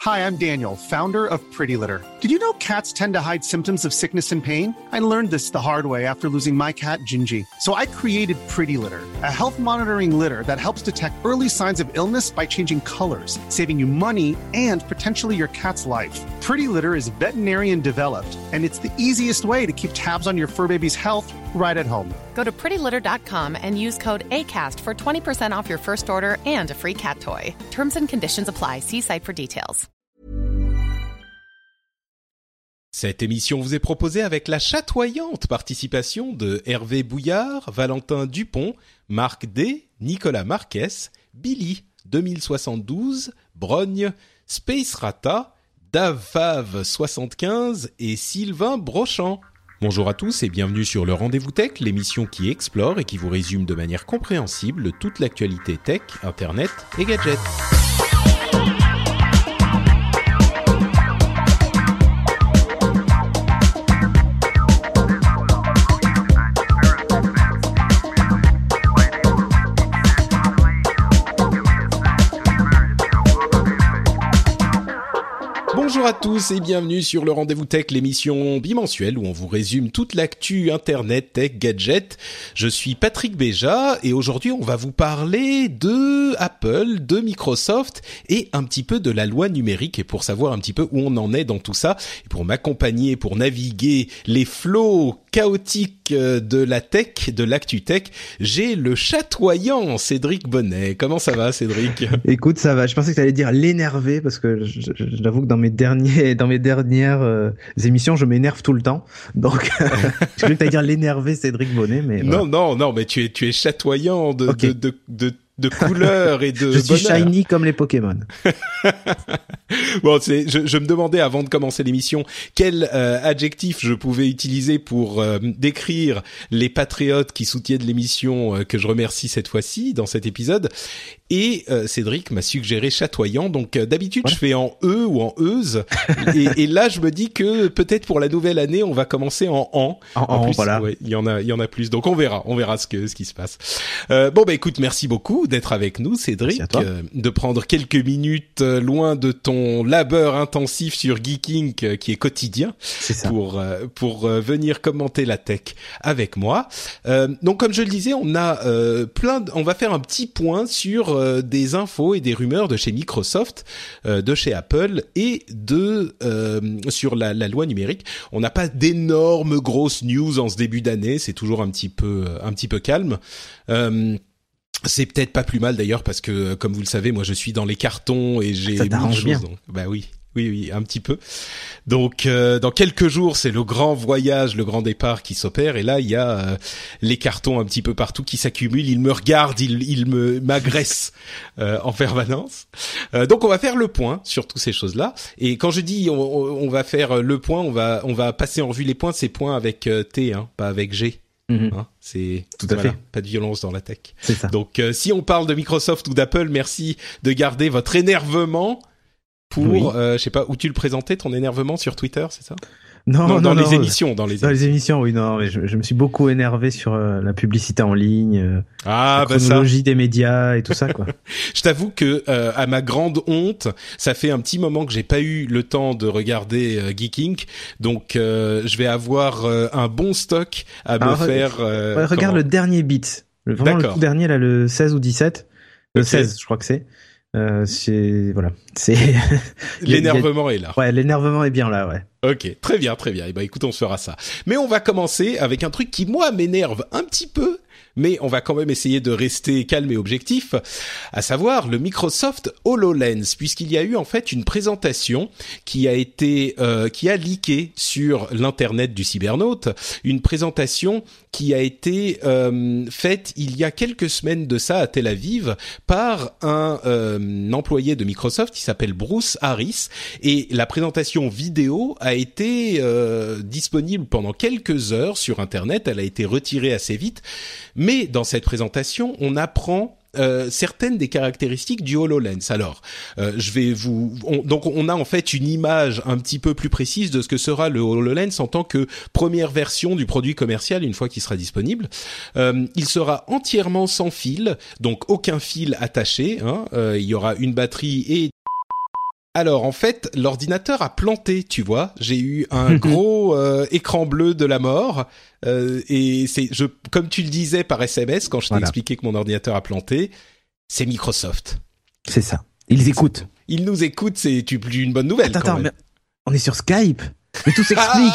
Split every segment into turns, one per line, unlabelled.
Hi, I'm Daniel, founder of Pretty Litter. Did you know cats tend to hide symptoms of sickness and pain? I learned this the hard way after losing my cat, Gingy. So I created Pretty Litter, a health monitoring litter that helps detect early signs of illness by changing colors, saving you money and potentially your cat's life. Pretty Litter is veterinarian developed, and it's the easiest way to keep tabs on your fur baby's health right at home.
Go to prettylitter.com and use code ACAST for 20% off your first order and a free cat toy. Terms and conditions apply. See site for details.
Cette émission vous est proposée avec la chatoyante participation de Hervé Bouillard, Valentin Dupont, Marc D, Nicolas Marquez, Billy, 2072, Brogne, Space Rata, Dave Fave 75 et Sylvain Brochant. Bonjour à tous et bienvenue sur le Rendez-vous Tech, l'émission qui explore et qui vous résume de manière compréhensible toute l'actualité tech, internet et gadgets. Bonjour à tous et bienvenue sur le Rendez-vous Tech, l'émission bimensuelle où on vous résume toute l'actu internet, tech, gadget. Je suis Patrick Béja et aujourd'hui on va vous parler de Apple, de Microsoft et un petit peu de la loi numérique. Et pour savoir un petit peu où on en est dans tout ça, et pour m'accompagner, pour naviguer les flots chaotiques de la tech, de l'actu tech, j'ai le chatoyant Cédric Bonnet. Comment ça va, Cédric ?
Écoute, ça va. Je pensais que tu allais dire l'énervé parce que j'avoue que dans mes dernières émissions, je m'énerve tout le temps. Donc, je voulais que tu allais dire l'énervé Cédric Bonnet, mais voilà.
Non, mais tu es chatoyant de couleurs et de
je suis
bonheur.
shiny comme les Pokémon.
Bon, je me demandais avant de commencer l'émission quel adjectif je pouvais utiliser pour décrire les patriotes qui soutiennent l'émission que je remercie cette fois-ci dans cet épisode. Et Cédric m'a suggéré chatoyant, donc d'habitude je fais en E ou en euse, et là je me dis que peut-être pour la nouvelle année on va commencer en plus,
voilà.
Ouais, il y en a plus, donc on verra ce qui se passe. Bon bah écoute, merci beaucoup d'être avec nous, Cédric, de prendre quelques minutes loin de ton labeur intensif sur Geeking qui est quotidien.
C'est ça.
Pour venir commenter la tech avec moi. Donc comme je le disais, on a on va faire un petit point sur des infos et des rumeurs de chez Microsoft, de chez Apple et sur la loi numérique. On n'a pas d'énormes grosses news en ce début d'année, c'est toujours un petit peu calme. C'est peut-être pas plus mal d'ailleurs parce que comme vous le savez, moi je suis dans les cartons et j'ai
ça t'arrange bien.
Donc, bah oui, un petit peu. Donc dans quelques jours, c'est le grand voyage, le grand départ qui s'opère et là il y a les cartons un petit peu partout qui s'accumulent, ils me regardent, ils m'agressent en permanence. Donc on va faire le point sur toutes ces choses-là et quand je dis on va faire le point, on va passer en revue les points, c'est points avec T pas avec G. Hein, c'est
tout à fait.
Pas de violence dans la tech.
C'est ça.
Donc si on parle de Microsoft ou d'Apple, merci de garder votre énervement pour je sais pas où tu le présentais, ton énervement sur Twitter, c'est ça ?
Non,
dans les émissions, dans les
émissions, oui, non, mais je me suis beaucoup énervé sur la publicité en ligne, la chronologie des médias et tout ça, quoi.
Je t'avoue que à ma grande honte, ça fait un petit moment que j'ai pas eu le temps de regarder Geeking, donc je vais avoir un bon stock à me faire.
Regarde le dernier bit, vraiment le tout dernier là, le 16 ou 17, le 16, je crois que c'est. C'est
l'énervement est là.
Ouais, l'énervement est bien là, ouais.
Ok, très bien. Et ben écoute, on se fera ça. Mais on va commencer avec un truc qui moi m'énerve un petit peu, mais on va quand même essayer de rester calme et objectif, à savoir le Microsoft HoloLens, puisqu'il y a eu en fait une présentation qui a leaké sur l'internet du cybernaute, une présentation qui a été faite il y a quelques semaines de ça à Tel Aviv par un employé de Microsoft qui s'appelle Bruce Harris, et la présentation vidéo a été disponible pendant quelques heures sur internet, elle a été retirée assez vite, mais dans cette présentation, on apprend certaines des caractéristiques du HoloLens. Alors, donc on a en fait une image un petit peu plus précise de ce que sera le HoloLens en tant que première version du produit commercial une fois qu'il sera disponible. Il sera entièrement sans fil, donc aucun fil attaché. Il y aura une batterie et Alors en fait, l'ordinateur a planté, tu vois. J'ai eu un gros écran bleu de la mort et comme tu le disais par SMS quand je t'ai expliqué que mon ordinateur a planté, c'est Microsoft.
C'est ça. Ils écoutent.
Ils nous écoutent, c'est une bonne nouvelle.
Attends, mais on est sur Skype. Mais tout s'explique.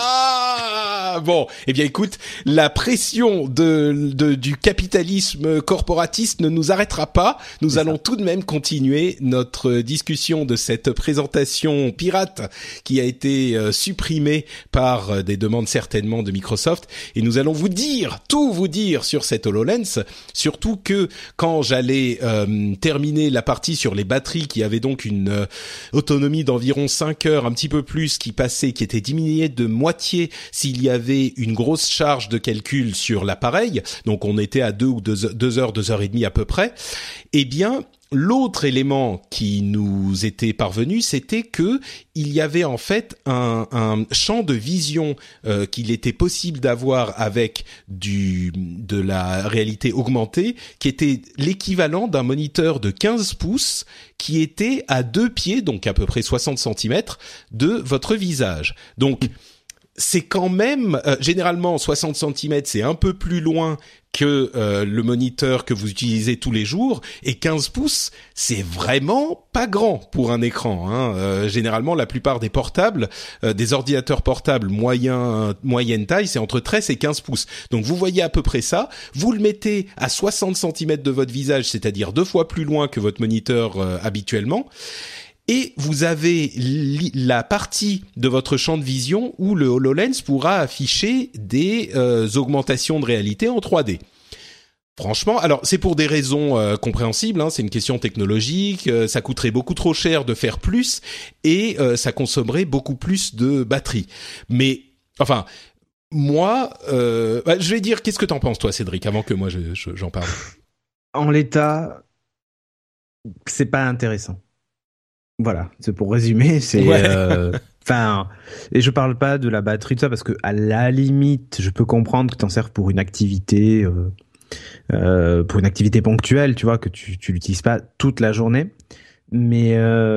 Bon, eh bien écoute, la pression du capitalisme corporatiste ne nous arrêtera pas. Nous allons tout de même continuer notre discussion de cette présentation pirate qui a été supprimée par des demandes certainement de Microsoft. Et nous allons tout vous dire sur cette HoloLens. Surtout que quand j'allais terminer la partie sur les batteries qui avaient donc une autonomie d'environ 5 heures, un petit peu plus, qui était diminuée de moitié s'il y avait une grosse charge de calcul sur l'appareil, donc on était à 2 heures et demie à peu près, eh bien, l'autre élément qui nous était parvenu, c'était que il y avait en fait un champ de vision qu'il était possible d'avoir avec de la réalité augmentée, qui était l'équivalent d'un moniteur de 15 pouces qui était à 2 pieds, donc à peu près 60 centimètres, de votre visage. Donc, c'est quand même généralement 60 cm, c'est un peu plus loin que le moniteur que vous utilisez tous les jours, et 15 pouces, c'est vraiment pas grand pour un écran, hein. Généralement la plupart des portables, des ordinateurs portables moyenne taille, c'est entre 13 et 15 pouces. Donc vous voyez à peu près ça, vous le mettez à 60 cm de votre visage, c'est-à-dire 2 fois plus loin que votre moniteur habituellement. Et vous avez la partie de votre champ de vision où le HoloLens pourra afficher des augmentations de réalité en 3D. Franchement, alors c'est pour des raisons compréhensibles, hein, c'est une question technologique, ça coûterait beaucoup trop cher de faire plus et ça consommerait beaucoup plus de batterie. Mais, enfin, moi, je vais dire, qu'est-ce que t'en penses toi, Cédric, avant que moi j'en parle.
En l'état, c'est pas intéressant. Voilà, c'est pour résumer, c'est et je parle pas de la batterie tout ça parce que à la limite, je peux comprendre que t'en sers pour une activité ponctuelle, tu vois, que tu l'utilises pas toute la journée, mais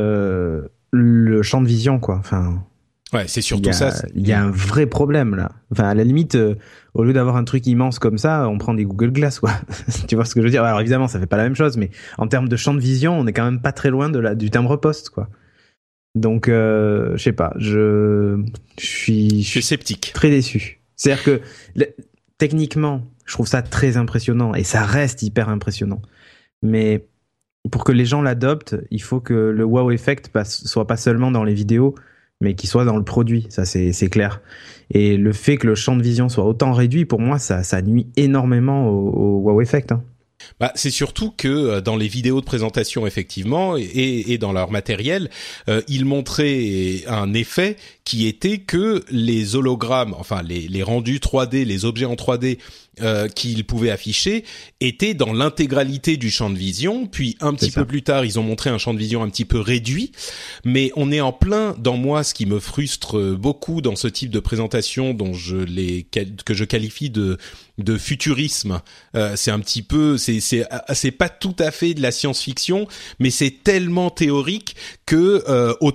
le champ de vision quoi,
ouais, c'est surtout ça.
Il y a un vrai problème là. Enfin, à la limite, au lieu d'avoir un truc immense comme ça, on prend des Google Glass, quoi. Tu vois ce que je veux dire? Alors évidemment, ça fait pas la même chose, mais en termes de champ de vision, on est quand même pas très loin du timbre-poste, quoi. Donc, je sais pas. Je suis
sceptique.
Très déçu. C'est-à-dire que techniquement, je trouve ça très impressionnant et ça reste hyper impressionnant. Mais pour que les gens l'adoptent, il faut que le wow effect soit pas seulement dans les vidéos, mais qu'il soit dans le produit, ça c'est clair. Et le fait que le champ de vision soit autant réduit, pour moi, ça nuit énormément au wow effect, hein.
Bah, c'est surtout que dans les vidéos de présentation, effectivement, et dans leur matériel, ils montraient un effet qui était que les hologrammes, enfin les rendus 3D, les objets en 3D qu'ils pouvaient afficher étaient dans l'intégralité du champ de vision. Puis un petit peu plus tard, ils ont montré un champ de vision un petit peu réduit. Mais on est en plein dans moi, ce qui me frustre beaucoup dans ce type de présentation que je qualifie de futurisme. C'est un petit peu, c'est pas tout à fait de la science-fiction, mais c'est tellement théorique que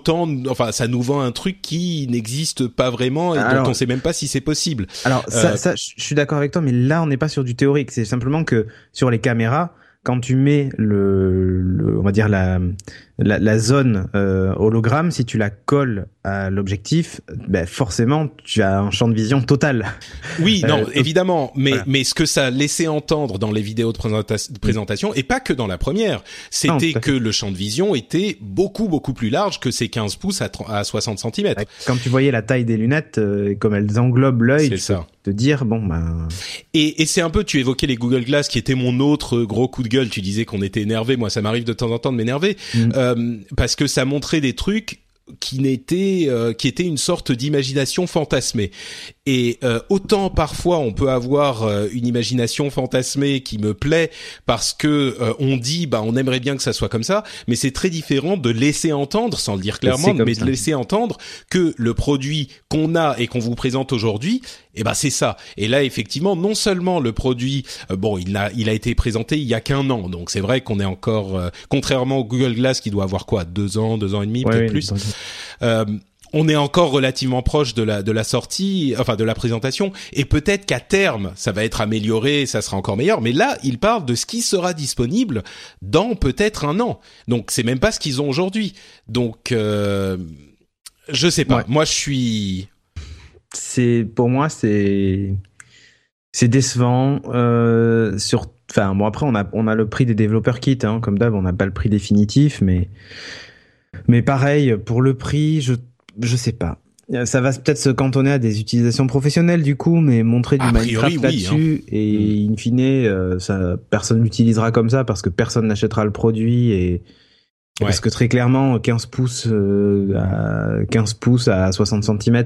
ça nous vend un truc qui n'existe pas vraiment et dont on sait même pas si c'est possible.
Alors ça, je suis d'accord avec toi, mais là on n'est pas sur du théorique. C'est simplement que sur les caméras, quand tu mets on va dire la zone hologramme, si tu la colles à l'objectif, ben forcément tu as un champ de vision total.
Oui, non, évidemment, mais ce que ça laissait entendre dans les vidéos de présentation, et pas que dans la première, c'était que le champ de vision était beaucoup plus large que ces 15 pouces à 60 cm.
Quand tu voyais la taille des lunettes, comme elles englobent l'œil, tu peux te dire
Et c'est un peu, tu évoquais les Google Glass qui étaient mon autre gros coup de gueule. Tu disais qu'on était énervé. Moi, ça m'arrive de temps en temps de m'énerver parce que ça montrait des trucs qui étaient une sorte d'imagination fantasmée. Et autant parfois on peut avoir une imagination fantasmée qui me plaît parce que on dit on aimerait bien que ça soit comme ça, mais c'est très différent de laisser entendre, sans le dire clairement, mais de laisser entendre que le produit qu'on a et qu'on vous présente aujourd'hui, c'est ça. Et là effectivement, non seulement le produit, il a été présenté il y a qu'un an, donc c'est vrai qu'on est encore, contrairement au Google Glass qui doit avoir 2 ans et demi, peut-être plus. On est encore relativement proche de la sortie, enfin de la présentation, et peut-être qu'à terme ça va être amélioré, ça sera encore meilleur. Mais là, ils parlent de ce qui sera disponible dans peut-être un an. Donc c'est même pas ce qu'ils ont aujourd'hui. Donc je sais pas. Ouais. Moi, je suis.
Pour moi, c'est décevant. Enfin bon, après on a le prix des développeurs kits, comme d'hab. On n'a pas le prix définitif, mais pareil pour le prix, je sais pas. Ça va peut-être se cantonner à des utilisations professionnelles du coup, mais montrer du Minecraft là-dessus et in fine, personne l'utilisera comme ça parce que personne n'achètera le produit et parce que très clairement 15 pouces à 60 cm,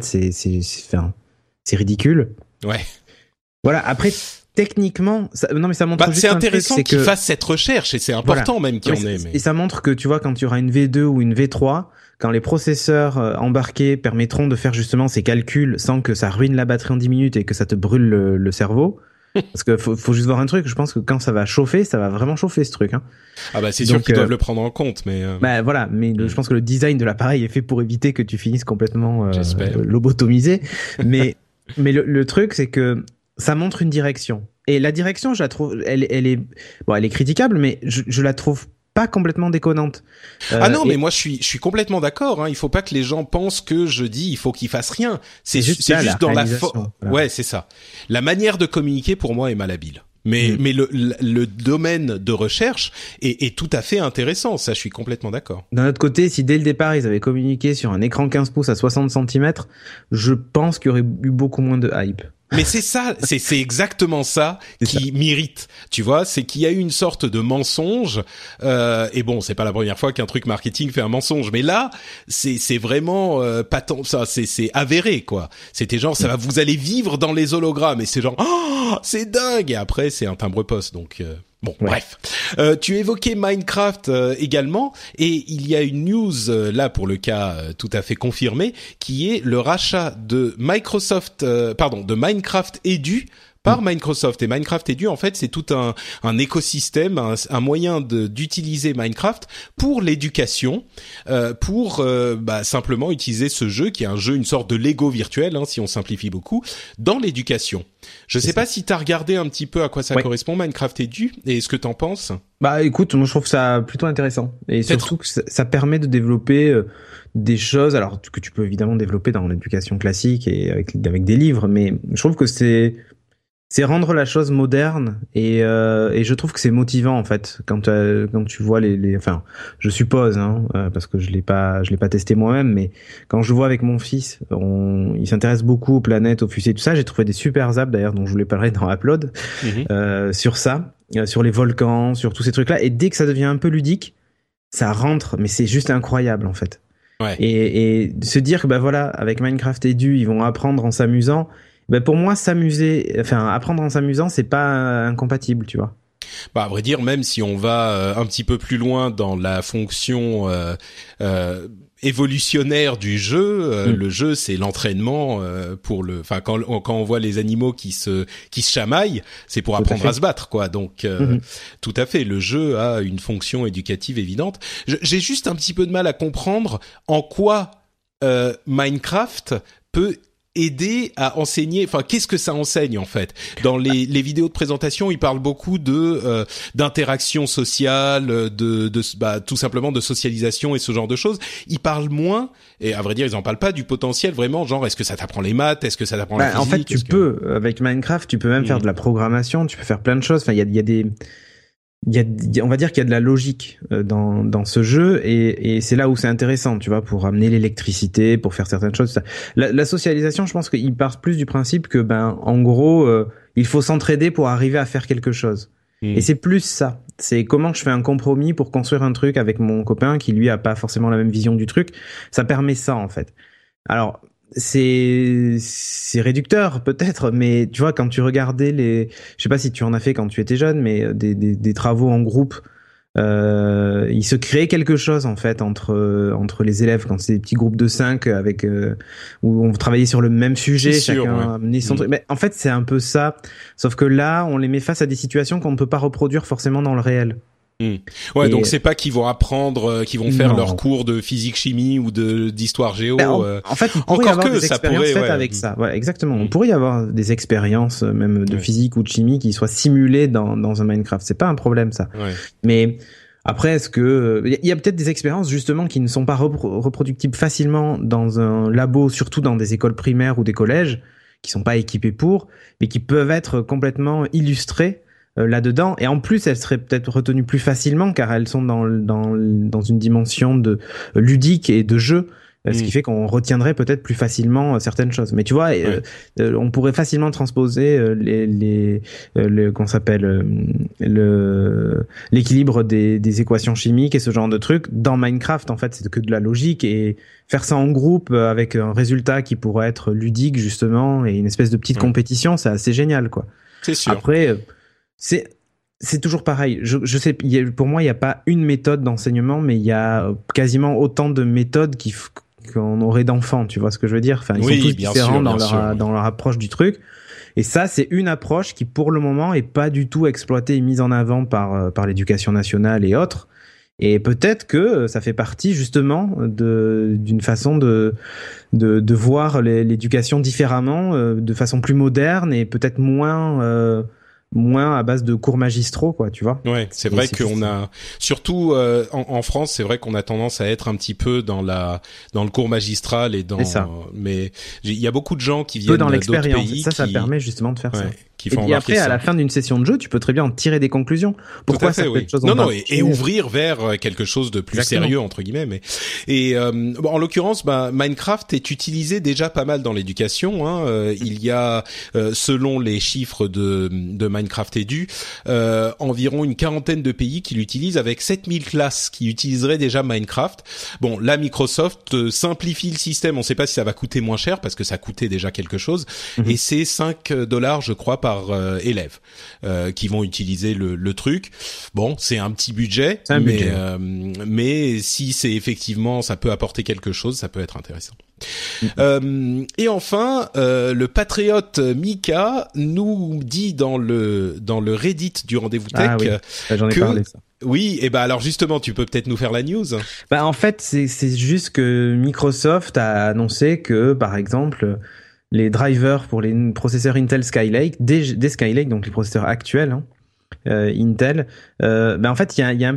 c'est ridicule.
Ouais.
Voilà. Après. Techniquement, ça montre juste
c'est intéressant qu'ils fassent cette recherche et c'est important même qu'il y en ait.
Et ça montre que tu vois quand tu auras une V2 ou une V3, quand les processeurs embarqués permettront de faire justement ces calculs sans que ça ruine la batterie en 10 minutes et que ça te brûle le cerveau. Parce que faut juste voir un truc, je pense que quand ça va chauffer, ça va vraiment chauffer ce truc.
C'est sûr qu'ils doivent le prendre en compte, mais.
Voilà, mais je pense que le design de l'appareil est fait pour éviter que tu finisses complètement lobotomisé. mais le truc c'est que ça montre une direction. Et la direction, je la trouve, elle est critiquable, mais je la trouve pas complètement déconnante.
Mais moi je suis complètement d'accord. Il faut pas que les gens pensent que je dis il faut qu'ils fassent rien. C'est juste dans la
voilà.
Ouais, c'est ça. La manière de communiquer pour moi est malhabile. Mais le domaine de recherche est tout à fait intéressant. Ça, je suis complètement d'accord.
D'un autre côté, si dès le départ ils avaient communiqué sur un écran 15 pouces à 60 cm, je pense qu'il y aurait eu beaucoup moins de hype.
Mais c'est ça, c'est exactement ça qui m'irrite. Tu vois, c'est qu'il y a eu une sorte de mensonge. Et bon, c'est pas la première fois qu'un truc marketing fait un mensonge, mais là, c'est vraiment patent. Ça, c'est avéré quoi. C'était genre, vous allez vivre dans les hologrammes, et c'est genre, c'est dingue. Et après, c'est un timbre-poste, donc. Bref. Tu évoquais Minecraft également, et il y a une news là pour le cas tout à fait confirmé, qui est le rachat de de Minecraft Edu par Microsoft. Et Minecraft Edu, en fait, c'est tout un écosystème, un moyen d'utiliser Minecraft pour l'éducation, pour simplement utiliser ce jeu qui est un jeu, une sorte de Lego virtuel, si on simplifie beaucoup, dans l'éducation. Je sais pas si t'as regardé un petit peu à quoi ça correspond, Minecraft Edu, et ce que t'en penses.
Écoute, moi je trouve ça plutôt intéressant, et surtout que ça permet de développer des choses, alors que tu peux évidemment développer dans l'éducation classique et avec des livres, mais je trouve que c'est rendre la chose moderne et je trouve que c'est motivant en fait quand tu vois enfin je suppose parce que je l'ai pas testé moi-même, mais quand je vois avec mon fils, il s'intéresse beaucoup aux planètes, aux fusées, tout ça, j'ai trouvé des super apps d'ailleurs dont je voulais parler dans Upload sur ça, sur les volcans, sur tous ces trucs là, et dès que ça devient un peu ludique, ça rentre, mais c'est juste incroyable en fait.
Ouais.
Et se dire que avec Minecraft Edu, ils vont apprendre en s'amusant. Pour moi, apprendre en s'amusant, c'est pas incompatible, tu vois.
À vrai dire, même si on va un petit peu plus loin dans la fonction évolutionnaire du jeu, le jeu c'est l'entraînement quand on voit les animaux qui se chamaillent, c'est pour apprendre à se battre quoi. Donc tout à fait, le jeu a une fonction éducative évidente. J'ai juste un petit peu de mal à comprendre en quoi Minecraft peut aider à enseigner, qu'est-ce que ça enseigne en fait. Dans les vidéos de présentation, ils parlent beaucoup d'interaction sociale, tout simplement de socialisation et ce genre de choses. Ils parlent moins, et à vrai dire, ils en parlent pas du potentiel vraiment, genre est-ce que ça t'apprend les maths, est-ce que ça t'apprend la physique.
En fait, avec Minecraft, tu peux même faire de la programmation, tu peux faire plein de choses. Enfin, on va dire qu'il y a de la logique dans ce jeu, et c'est là où c'est intéressant, tu vois, pour amener l'électricité, pour faire certaines choses. La socialisation, je pense qu'il part plus du principe que en gros, il faut s'entraider pour arriver à faire quelque chose. Et c'est plus ça. C'est comment je fais un compromis pour construire un truc avec mon copain qui lui a pas forcément la même vision du truc. Ça permet ça en fait. Alors c'est réducteur peut-être, mais tu vois, quand tu regardais je sais pas si tu en as fait quand tu étais jeune, mais des travaux en groupe, il se crée quelque chose en fait entre les élèves quand c'est des petits groupes de 5 avec où on travaillait sur le même sujet, chacun amenait son truc. Mais en fait, c'est un peu ça, sauf que là, on les met face à des situations qu'on ne peut pas reproduire forcément dans le réel.
Ouais, donc c'est pas qu'ils vont apprendre, qu'ils vont faire leur cours de physique chimie ou d'histoire géo.
En fait, il pourrait y avoir des expériences faites avec ça. Ouais, exactement. On pourrait y avoir des expériences même de physique ou de chimie qui soient simulées dans un Minecraft. C'est pas un problème ça. Ouais. Mais après, est-ce que il y a peut-être des expériences justement qui ne sont pas reproductibles facilement dans un labo, surtout dans des écoles primaires ou des collèges qui sont pas équipés pour, mais qui peuvent être complètement illustrées là-dedans, et en plus elles seraient peut-être retenues plus facilement car elles sont dans une dimension de ludique et de jeu, ce qui fait qu'on retiendrait peut-être plus facilement certaines choses. Mais tu vois, on pourrait facilement transposer qu'on s'appelle l'équilibre des équations chimiques et ce genre de trucs dans Minecraft. En fait, c'est que de la logique, et faire ça en groupe avec un résultat qui pourrait être ludique justement et une espèce de petite compétition, c'est assez génial, quoi. C'est sûr. Après, c'est toujours pareil. Je sais, pour moi, il n'y a pas une méthode d'enseignement, mais il y a quasiment autant de méthodes qu'on aurait d'enfants. Tu vois ce que je veux dire? Enfin, ils sont tous différents dans leur approche du truc. Et ça, c'est une approche qui, pour le moment, est pas du tout exploitée et mise en avant par l'éducation nationale et autres. Et peut-être que ça fait partie justement d'une façon de voir l'éducation différemment, de façon plus moderne et peut-être moins à base de cours magistraux, quoi, tu vois.
Ouais, c'est vrai qu'on a, surtout en France, c'est vrai qu'on a tendance à être un petit peu dans le cours magistral et mais il y a beaucoup de gens qui viennent d'autres pays.
Ça permet justement de faire ça. Et après, à la fin d'une session de jeu, tu peux très bien en tirer des conclusions. Pourquoi certaines choses
et ouvrir vers quelque chose de plus sérieux, entre guillemets. Mais en l'occurrence, Minecraft est utilisé déjà pas mal dans l'éducation. Il y a, selon les chiffres de Minecraft Edu, environ une quarantaine de pays qui l'utilisent, avec 7000 classes qui utiliseraient déjà Minecraft. Bon, là, Microsoft simplifie le système. On ne sait pas si ça va coûter moins cher parce que ça coûtait déjà quelque chose. Et c'est $5, je crois, par élève qui vont utiliser le truc. Bon, c'est un petit budget, mais si c'est effectivement, ça peut apporter quelque chose, ça peut être intéressant. Et enfin, le patriote Mika nous dit dans le Reddit du Rendez-vous Tech
j'en ai parlé, ça.
Oui, et alors justement, tu peux peut-être nous faire la news.
En fait, c'est juste que Microsoft a annoncé que, par exemple, les drivers pour les processeurs Intel Skylake, des Skylake, donc les processeurs actuels, Intel, en fait, il y a une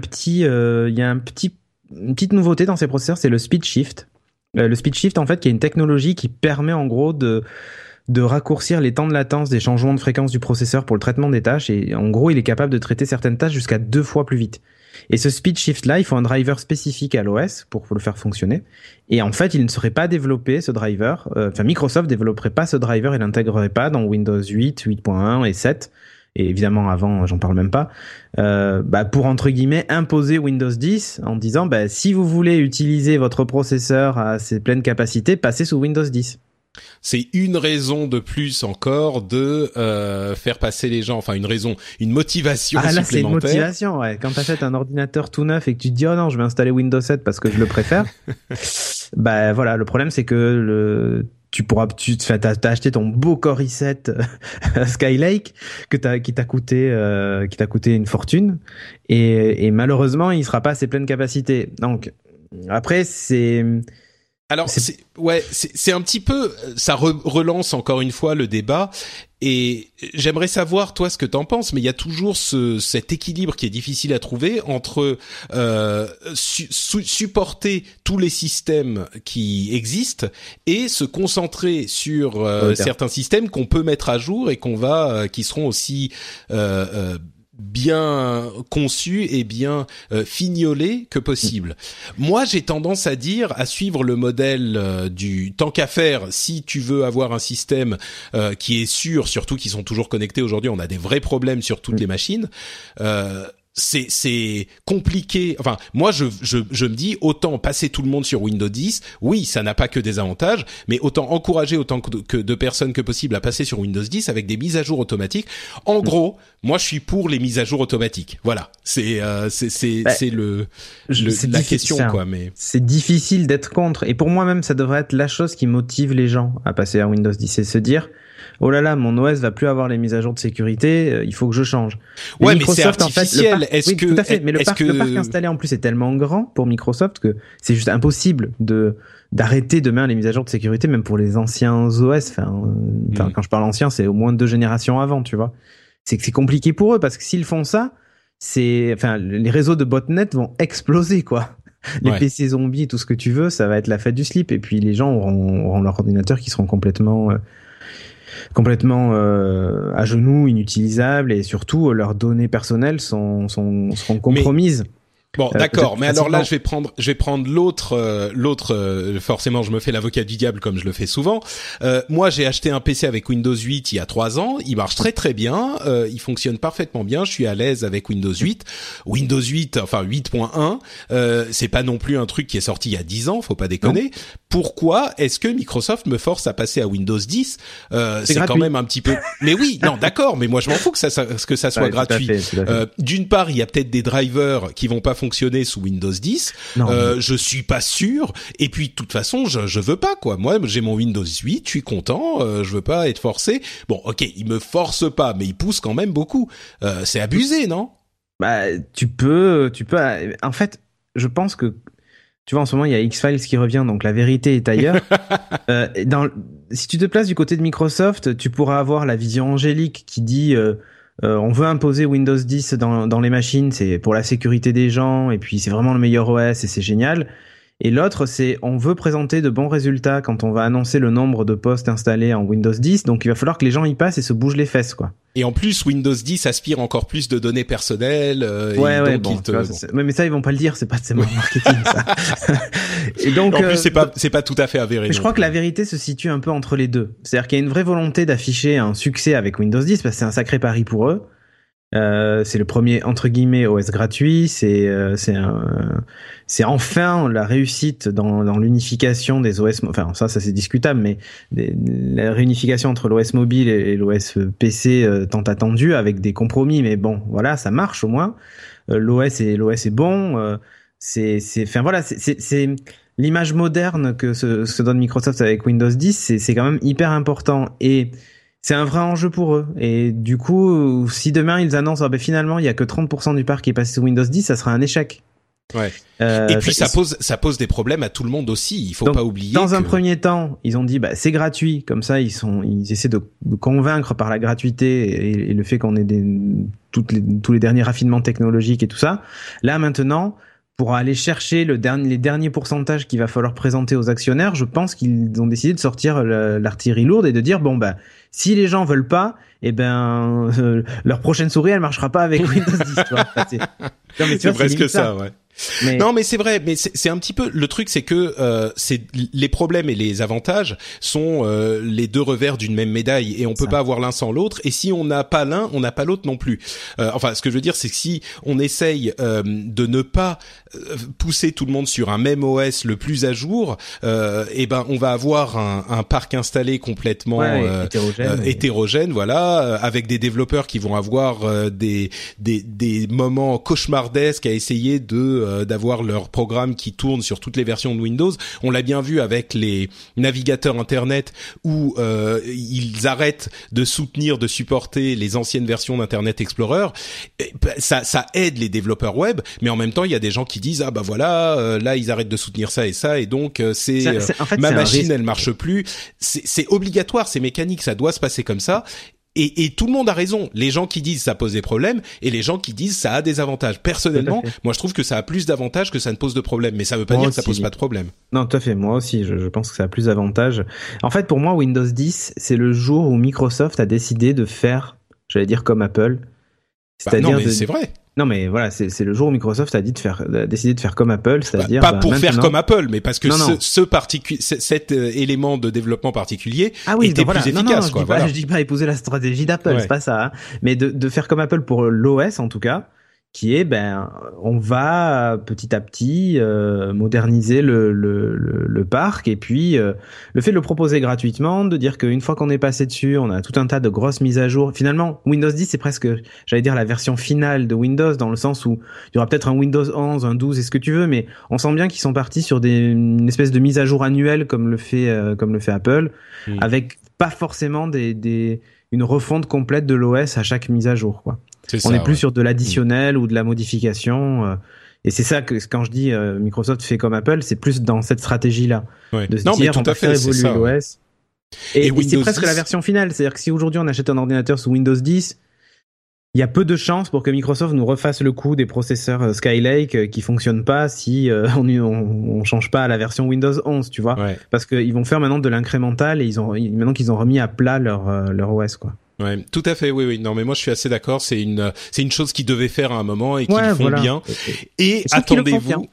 petite nouveauté dans ces processeurs, c'est le speed shift. Le speed shift, en fait, qui est une technologie qui permet en gros de raccourcir les temps de latence des changements de fréquence du processeur pour le traitement des tâches, et en gros, il est capable de traiter certaines tâches jusqu'à 2 fois plus vite. Et ce speed shift là, il faut un driver spécifique à l'OS pour le faire fonctionner. Et en fait, il ne serait pas développé, ce driver. Microsoft développerait pas ce driver, il l'intégrerait pas dans Windows 8, 8.1 et 7. Et évidemment, avant, j'en parle même pas. Pour entre guillemets imposer Windows 10 en disant, si vous voulez utiliser votre processeur à ses pleines capacités, passez sous Windows 10.
C'est une raison de plus encore de faire passer les gens, enfin une motivation supplémentaire.
Là c'est une motivation, ouais. Quand t'achètes un ordinateur tout neuf et que tu te dis oh non, je vais installer Windows 7 parce que je le préfère. Voilà, le problème c'est que t'as acheté ton beau Core i7 Skylake qui t'a coûté une fortune, et malheureusement il sera pas à ses pleines capacités. Donc après
alors c'est un petit peu, ça relance encore une fois le débat, et j'aimerais savoir toi ce que t'en penses, mais il y a toujours cet équilibre qui est difficile à trouver entre supporter tous les systèmes qui existent et se concentrer sur certains systèmes qu'on peut mettre à jour et qui seront aussi bien conçu et bien fignolé que possible. Moi, j'ai tendance à suivre le modèle du tant qu'à faire. Si tu veux avoir un système qui est sûr, surtout qui sont toujours connectés aujourd'hui, on a des vrais problèmes sur toutes les machines. c'est compliqué. Enfin, moi, je me dis, autant passer tout le monde sur Windows 10. Oui, ça n'a pas que des avantages, mais autant encourager autant que de personnes que possible à passer sur Windows 10 avec des mises à jour automatiques. En gros, moi, je suis pour les mises à jour automatiques. Voilà. C'est la question, quoi. Mais
c'est difficile d'être contre. Et pour moi même, ça devrait être la chose qui motive les gens à passer à Windows 10 et se dire, oh là là, mon OS va plus avoir les mises à jour de sécurité, il faut que je change.
Ouais, Microsoft, mais c'est artificiel.
En fait, tout à fait. Mais le parc installé en plus est tellement grand pour Microsoft que c'est juste impossible d'arrêter demain les mises à jour de sécurité, même pour les anciens OS. Enfin, quand je parle ancien, c'est au moins 2 générations avant, tu vois. C'est que c'est compliqué pour eux parce que s'ils font ça, les réseaux de botnet vont exploser, quoi. Les PC zombies et tout ce que tu veux, ça va être la fête du slip. Et puis les gens auront leur ordinateur qui seront complètement à genoux, inutilisables, et surtout leurs données personnelles seront compromises.
Bon, d'accord, mais alors là, je vais prendre l'autre. Forcément, je me fais l'avocat du diable comme je le fais souvent. Moi, j'ai acheté un PC avec Windows 8 il y a 3 ans. Il marche très très bien. Il fonctionne parfaitement bien. Je suis à l'aise avec Windows 8. Windows 8, enfin 8.1, c'est pas non plus un truc qui est sorti il y a 10 ans. Faut pas déconner. Non. Pourquoi est-ce que Microsoft me force à passer à Windows 10 C'est quand même un petit peu. Mais oui, non, d'accord. Mais moi, je m'en fous que ça soit gratuit. Tout à fait. D'une part, il y a peut-être des drivers qui vont pas fonctionner sous Windows 10. Je suis pas sûr. Et puis, de toute façon, je veux pas, quoi. Moi, j'ai mon Windows 8, je suis content. Je veux pas être forcé. Bon, ok, il me force pas, mais il pousse quand même beaucoup. C'est abusé, non?
Bah, tu peux. En fait, je pense que, tu vois, en ce moment, il y a X-Files qui revient, donc la vérité est ailleurs. Si tu te places du côté de Microsoft, tu pourras avoir la vision angélique qui dit on veut imposer Windows 10 dans les machines, c'est pour la sécurité des gens, et puis c'est vraiment le meilleur OS et c'est génial. Et l'autre, c'est on veut présenter de bons résultats quand on va annoncer le nombre de postes installés en Windows 10, donc il va falloir que les gens y passent et se bougent les fesses, quoi.
Et en plus, Windows 10 aspire encore plus de données personnelles.
Mais ça, ils vont pas le dire, c'est pas de marketing, ça. Et donc,
en plus, c'est pas tout à fait avéré.
Je crois que la vérité se situe un peu entre les deux. C'est-à-dire qu'il y a une vraie volonté d'afficher un succès avec Windows 10, parce que c'est un sacré pari pour eux. C'est le premier entre guillemets OS gratuit, c'est enfin la réussite dans l'unification des OS, enfin ça c'est discutable, mais la réunification entre l'OS mobile et l'OS PC tant attendu, avec des compromis, mais bon voilà, ça marche au moins. L'OS est bon, c'est l'image moderne que se donne Microsoft avec Windows 10, c'est quand même hyper important, et c'est un vrai enjeu pour eux. Et du coup, si demain ils annoncent finalement il y a que 30% du parc qui est passé sous Windows 10, ça sera un échec.
Ouais. Et puis ça pose des problèmes à tout le monde aussi. Il faut pas oublier.
Dans un premier temps, ils ont dit c'est gratuit, comme ça ils essaient de convaincre par la gratuité et le fait qu'on ait tous les derniers raffinements technologiques et tout ça. Là maintenant, pour aller chercher les derniers pourcentages qu'il va falloir présenter aux actionnaires, je pense qu'ils ont décidé de sortir l'artillerie lourde et de dire si les gens veulent pas, leur prochaine souris elle marchera pas avec Windows 10. Tu vois.
C'est presque ça, ouais. Non, mais c'est vrai, mais c'est un petit peu le truc, c'est que c'est les problèmes et les avantages sont les deux revers d'une même médaille, et on peut pas avoir l'un sans l'autre, et si on n'a pas l'un, on n'a pas l'autre non plus. Ce que je veux dire, c'est que si on essaye de ne pas pousser tout le monde sur un même OS le plus à jour, on va avoir un parc installé complètement hétérogène, voilà, avec des développeurs qui vont avoir des moments cauchemardesques à essayer d'avoir leur programme qui tourne sur toutes les versions de Windows. On l'a bien vu avec les navigateurs internet où ils arrêtent de supporter les anciennes versions d'Internet Explorer. Ça aide les développeurs web, mais en même temps il y a des gens qui disent là ils arrêtent de soutenir ça, et donc ma machine elle marche plus. C'est obligatoire, c'est mécanique, ça doit se passer comme ça. Et tout le monde a raison. Les gens qui disent ça pose des problèmes et les gens qui disent ça a des avantages. Personnellement, moi je trouve que ça a plus d'avantages que ça ne pose de problème. Mais ça veut pas dire que ça pose pas de problème.
Non, tout à fait. Moi aussi, je pense que ça a plus d'avantages. En fait, pour moi, Windows 10, c'est le jour où Microsoft a décidé de faire, j'allais dire comme Apple.
Non, mais c'est vrai.
Non, mais voilà, c'est le jour où Microsoft a décidé de faire comme Apple, c'est-à-dire
pas pour faire comme Apple, mais parce que cet élément de développement particulier était plus efficace.
Je dis pas épouser la stratégie d'Apple, c'est pas ça. Hein. Mais de faire comme Apple pour l'OS en tout cas, qui est on va petit à petit moderniser le parc, et puis le fait de le proposer gratuitement, de dire qu'une fois qu'on est passé dessus, on a tout un tas de grosses mises à jour. Finalement, Windows 10 c'est presque, j'allais dire, la version finale de Windows, dans le sens où il y aura peut-être un Windows 11, un 12 et ce que tu veux, mais on sent bien qu'ils sont partis sur une espèce de mise à jour annuelle comme le fait Apple, avec pas forcément une refonte complète de l'OS à chaque mise à jour, quoi. On n'est plus sur de l'additionnel ou de la modification. Et c'est ça que quand je dis Microsoft fait comme Apple, c'est plus dans cette stratégie-là.
Ouais.
De se dire, on va faire évoluer l'OS. Et c'est presque 10... la version finale. C'est-à-dire que si aujourd'hui on achète un ordinateur sous Windows 10, il y a peu de chances pour que Microsoft nous refasse le coup des processeurs Skylake qui fonctionnent pas si on change pas à la version Windows 11, tu vois. Ouais. Parce qu'ils vont faire maintenant de l'incrémental, et maintenant qu'ils ont remis à plat leur OS, quoi.
Ouais, tout à fait, oui. Non, mais moi je suis assez d'accord. C'est une chose qu'ils devaient faire à un moment et qu'ils font bien. Et attendez-vous,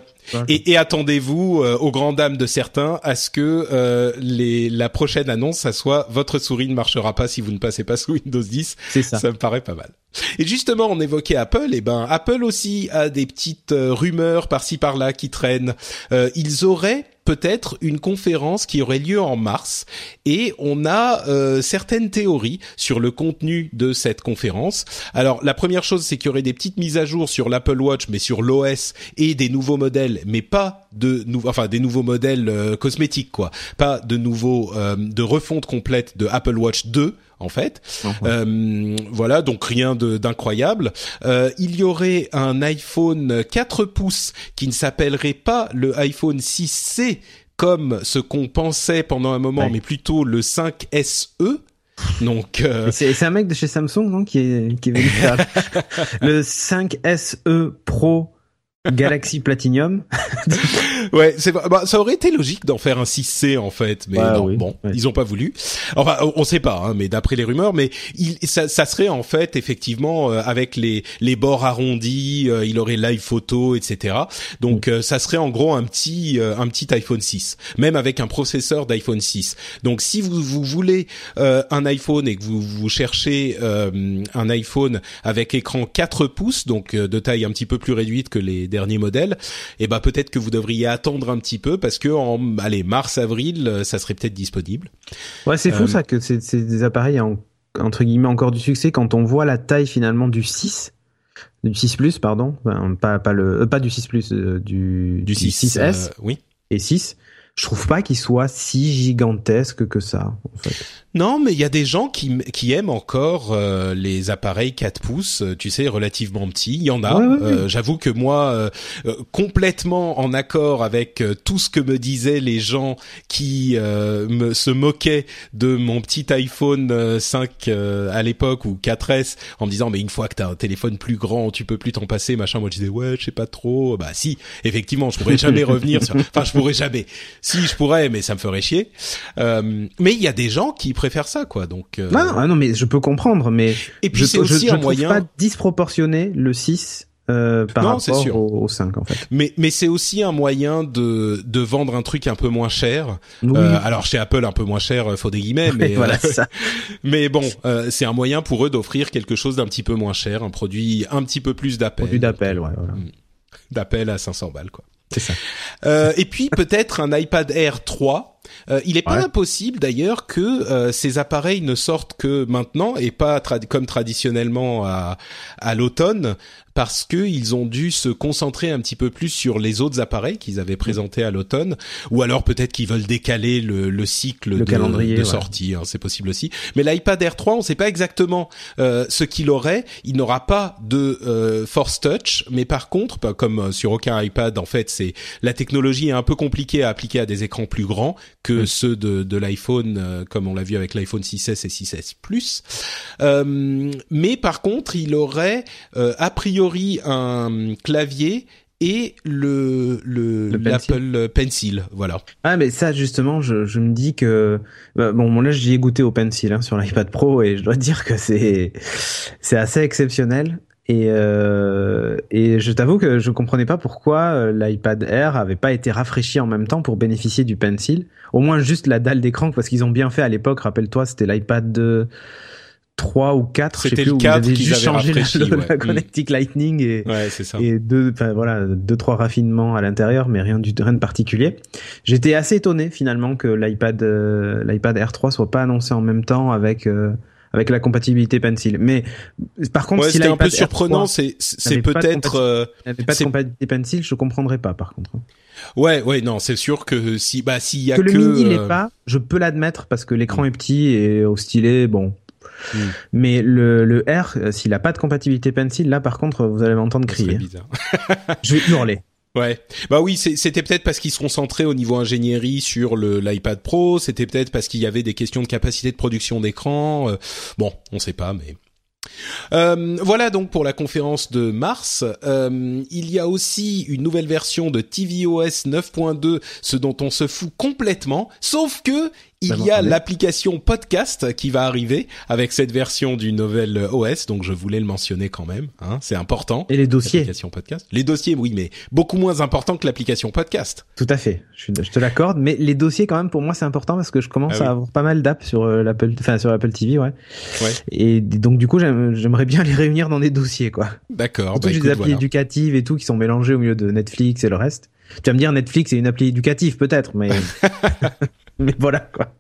et attendez-vous aux grandes dames de certains à ce que la prochaine annonce, ça soit votre souris ne marchera pas si vous ne passez pas sous Windows 10.
C'est ça.
Ça me paraît pas mal. Et justement, on évoquait Apple. Et Apple aussi a des petites rumeurs par-ci par-là qui traînent. Ils auraient peut-être une conférence qui aurait lieu en mars, et on a certaines théories sur le contenu de cette conférence. Alors la première chose, c'est qu'il y aurait des petites mises à jour sur l'Apple Watch, mais sur l'OS, et des nouveaux modèles, mais pas des nouveaux modèles cosmétiques, quoi, pas de de refonte complète de Apple Watch 2. En fait, voilà, donc rien d'incroyable. Il y aurait un iPhone 4 pouces qui ne s'appellerait pas le iPhone 6C comme ce qu'on pensait pendant un moment, mais plutôt le 5SE. Donc
c'est un mec de chez Samsung, non, qui est venu faire le 5SE Pro Galaxy Platinum.
Ouais, ça aurait été logique d'en faire un 6C en fait, mais ils ont pas voulu. Enfin, on sait pas, hein, mais d'après les rumeurs, mais ça serait en fait effectivement avec les bords arrondis, il aurait live photo, etc. Donc ça serait en gros un petit iPhone 6, même avec un processeur d'iPhone 6. Donc si vous voulez un iPhone et que vous cherchez un iPhone avec écran 4 pouces, donc de taille un petit peu plus réduite que les derniers modèles, et peut-être que vous devriez attendre un petit peu, parce que mars-avril, ça serait peut-être disponible. Ouais, c'est
fou ça, que c'est des appareils entre guillemets encore du succès quand on voit la taille finalement du 6 Plus, pardon, pas du 6 Plus, du 6S,
oui,
et 6. Je trouve pas qu'il soit si gigantesque que ça, en fait.
Non, mais il y a des gens qui aiment encore les appareils 4 pouces, tu sais, relativement petits. Il y en a. Ouais. J'avoue que moi, complètement en accord avec tout ce que me disaient les gens qui se moquaient de mon petit iPhone 5 à l'époque, ou 4S, en me disant mais une fois que t'as un téléphone plus grand, tu peux plus t'en passer, machin. Moi je disais ouais, je sais pas trop. Bah si, effectivement, je pourrais jamais revenir sur. Enfin, je pourrais jamais. Si, je pourrais, mais ça me ferait chier. Mais il y a des gens qui préfèrent ça, quoi. Donc
non, mais je peux comprendre, mais
et puis c'est aussi un moyen.
Je trouve pas disproportionné le 6 par rapport au 5, en fait.
Mais c'est aussi un moyen de vendre un truc un peu moins cher. Oui. Alors chez Apple un peu moins cher, faut des guillemets, mais
voilà, ça.
Mais bon, c'est un moyen pour eux d'offrir quelque chose d'un petit peu moins cher, un produit un petit peu plus d'Apple.
Produit d'Apple, ouais, voilà.
D'Apple à 500 balles, quoi.
C'est ça.
Et puis peut-être un iPad Air 3. Il est pas impossible d'ailleurs que ces appareils ne sortent que maintenant et pas comme traditionnellement à l'automne, parce que ils ont dû se concentrer un petit peu plus sur les autres appareils qu'ils avaient présentés à l'automne, ou alors peut-être qu'ils veulent décaler le cycle de calendrier de sortie, hein, c'est possible aussi. Mais l'iPad Air 3, on sait pas exactement ce qu'il aurait. Il n'aura pas de Force Touch, mais par contre, comme sur aucun iPad, en fait, c'est la technologie est un peu compliquée à appliquer à des écrans plus grands que ceux de l'iPhone, comme on l'a vu avec l'iPhone 6S et 6S Plus. Mais par contre, il aurait a priori un clavier et l'Apple Pencil, voilà.
Ah, mais ça, justement, je me dis que bon, là j'y ai goûté au Pencil sur l'iPad Pro, et je dois dire que c'est assez exceptionnel. Et je t'avoue que je comprenais pas pourquoi l'iPad Air avait pas été rafraîchi en même temps pour bénéficier du Pencil. Au moins juste la dalle d'écran, parce qu'ils ont bien fait à l'époque, rappelle-toi, c'était l'iPad 3 ou 4,
C'était
je sais plus,
le
où
4
ils avaient
qu'ils
juste
avaient
changé
rafraîchi,
la connectique Lightning et
c'est ça.
et 2-3 raffinements à l'intérieur, mais rien de particulier. J'étais assez étonné finalement que l'iPad Air 3 soit pas annoncé en même temps avec la compatibilité Pencil. Mais par contre, si
c'était un peu
l'iPad
surprenant,
R3
c'est peut-être
n'avait pas de compatibilité Pencil, je comprendrais pas par contre.
Ouais, non, c'est sûr que s'il y a
que le mini l'est pas, je peux l'admettre parce que l'écran est petit et au stylet, bon. Mais le R, s'il a pas de compatibilité Pencil, là par contre, vous allez m'entendre crier.
C'est bizarre.
Je vais hurler.
Ouais, bah oui, c'était peut-être parce qu'ils se concentraient au niveau ingénierie sur l'iPad Pro, c'était peut-être parce qu'il y avait des questions de capacité de production d'écran. Bon, on sait pas, mais. Voilà donc pour la conférence de mars. Il y a aussi une nouvelle version de tvOS 9.2, ce dont on se fout complètement, sauf que il y a l'application podcast qui va arriver avec cette version du nouvel OS, donc je voulais le mentionner quand même, hein, c'est important.
Et les dossiers.
L'application podcast. Les dossiers, oui, mais beaucoup moins important que l'application podcast.
Tout à fait, je te l'accorde, mais les dossiers quand même pour moi c'est important parce que je commence à avoir pas mal d'apps sur sur Apple TV, ouais. Et donc du coup j'aimerais bien les réunir dans des dossiers, quoi.
D'accord.
Surtout des applis éducatives et tout qui sont mélangées au milieu de Netflix et le reste. Tu vas me dire Netflix c'est une appli éducative peut-être, mais mais voilà quoi.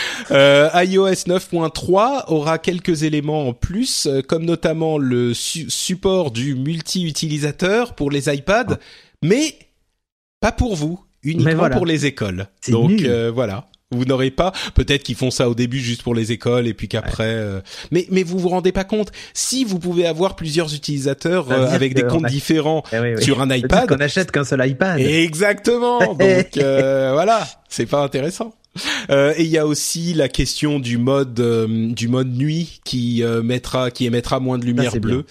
iOS 9.3 aura quelques éléments en plus, comme notamment le support du multi-utilisateur pour les iPads, mais pas pour vous, uniquement pour les écoles. Donc voilà. Vous n'aurez pas, peut-être qu'ils font ça au début juste pour les écoles et puis qu'après, mais vous vous rendez pas compte, si vous pouvez avoir plusieurs utilisateurs avec des comptes différents sur un iPad,
qu'on achète qu'un seul iPad.
Exactement. Donc voilà, c'est pas intéressant. Et il y a aussi la question du mode nuit qui émettra moins de lumière bleue.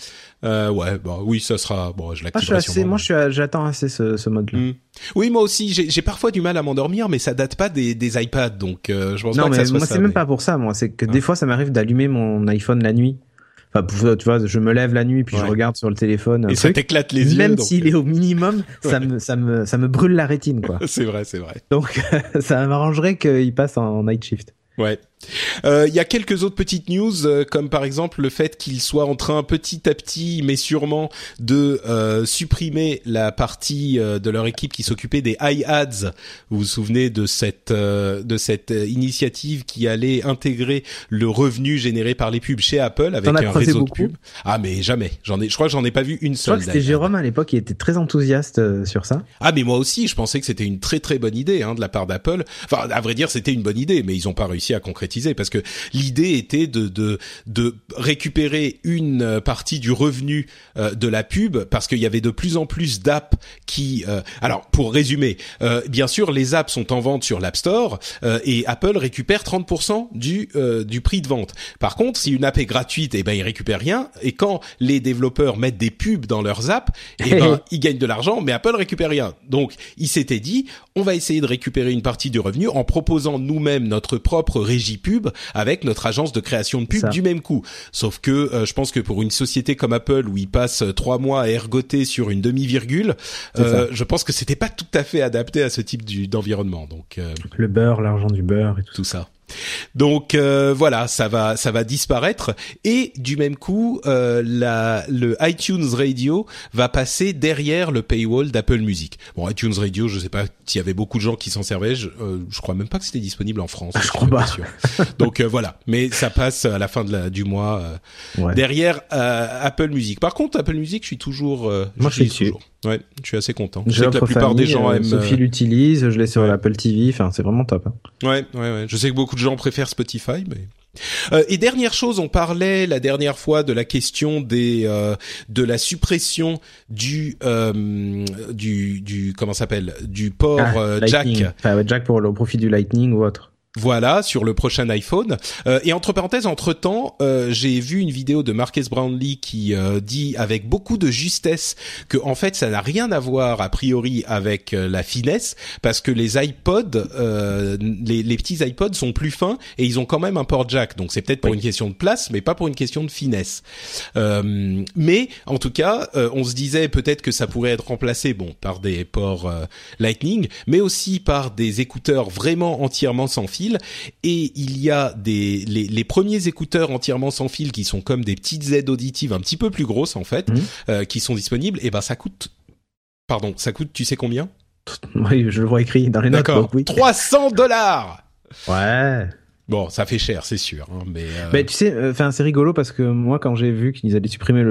Oui, ça sera je l'activerai sûrement.
J'attends assez ce mode-là.
Oui, moi aussi, j'ai parfois du mal à m'endormir, mais ça date pas des iPads, donc je pense pas que ça soit ça.
Non, mais moi c'est même pas pour ça, moi, c'est que des fois ça m'arrive d'allumer mon iPhone la nuit. Enfin, tu vois, je me lève la nuit puis je regarde sur le téléphone.
Et ça t'éclate les yeux.
Même s'il est au minimum, ça me brûle la rétine, quoi.
C'est vrai.
Donc, ça m'arrangerait qu'il passe en night shift.
Ouais. Il y a quelques autres petites news, comme par exemple le fait qu'ils soient en train petit à petit, mais sûrement, de supprimer la partie de leur équipe qui s'occupait des iAds. Vous vous souvenez de cette initiative qui allait intégrer le revenu généré par les pubs chez Apple avec un réseau de pubs. Ah mais jamais. Je crois que j'en ai pas vu une seule.
Je crois que c'était Jérôme à l'époque qui était très enthousiaste sur ça.
Ah mais moi aussi, je pensais que c'était une très très bonne idée de la part d'Apple. Enfin, à vrai dire, c'était une bonne idée, mais ils ont pas réussi à concrétiser parce que l'idée était de récupérer une partie du revenu de la pub parce qu'il y avait de plus en plus d'apps qui alors pour résumer, bien sûr les apps sont en vente sur l'App Store et Apple récupère 30% du prix de vente. Par contre, si une app est gratuite, ils récupèrent rien, et quand les développeurs mettent des pubs dans leurs apps, ils gagnent de l'argent, mais Apple récupère rien. Donc, ils s'étaient dit, on va essayer de récupérer une partie du revenu en proposant nous-mêmes notre propre régie pub avec notre agence de création de pub du même coup. Sauf que je pense que pour une société comme Apple où ils passent 3 mois à ergoter sur une demi-virgule, je pense que c'était pas tout à fait adapté à ce type d'environnement. Donc
le beurre, l'argent du beurre et tout
ça. Donc voilà, ça va disparaître et du même coup le iTunes Radio va passer derrière le paywall d'Apple Music. Bon, iTunes Radio, je sais pas s'il y avait beaucoup de gens qui s'en servaient, je crois même pas que c'était disponible en France.
Je crois pas.
Donc voilà, mais ça passe à la fin du mois derrière Apple Music. Par contre, Apple Music, je suis toujours
moi je suis toujours.
Ouais, je suis assez content. Je sais que la plupart des gens aiment.
Sophie l'utilise, je l'ai sur l'Apple TV, enfin c'est vraiment top.
Ouais. Je sais que beaucoup de gens préfèrent Spotify, mais. Et dernière chose, on parlait la dernière fois de la question de la suppression du comment s'appelle, du port jack.
Enfin, jack pour le profit du Lightning ou autre.
Voilà, sur le prochain iPhone. Et entre parenthèses, entre-temps, j'ai vu une vidéo de Marques Brownlee qui dit avec beaucoup de justesse que en fait, ça n'a rien à voir a priori avec la finesse, parce que les iPods, les petits iPods sont plus fins et ils ont quand même un port jack. Donc c'est peut-être pour une question de place, mais pas pour une question de finesse. Mais en tout cas, on se disait peut-être que ça pourrait être remplacé, par des ports Lightning, mais aussi par des écouteurs vraiment entièrement sans fil. fil, et il y a les premiers écouteurs entièrement sans fil qui sont comme des petites aides auditives un petit peu plus grosses en fait, qui sont disponibles. Et ben ça coûte, tu sais combien?
Oui, je le vois écrit dans les notes.
D'accord.
Oui.
$300.
Ouais.
Bon, ça fait cher, c'est sûr, hein, mais.
Mais tu sais, c'est rigolo parce que moi, quand j'ai vu qu'ils allaient supprimer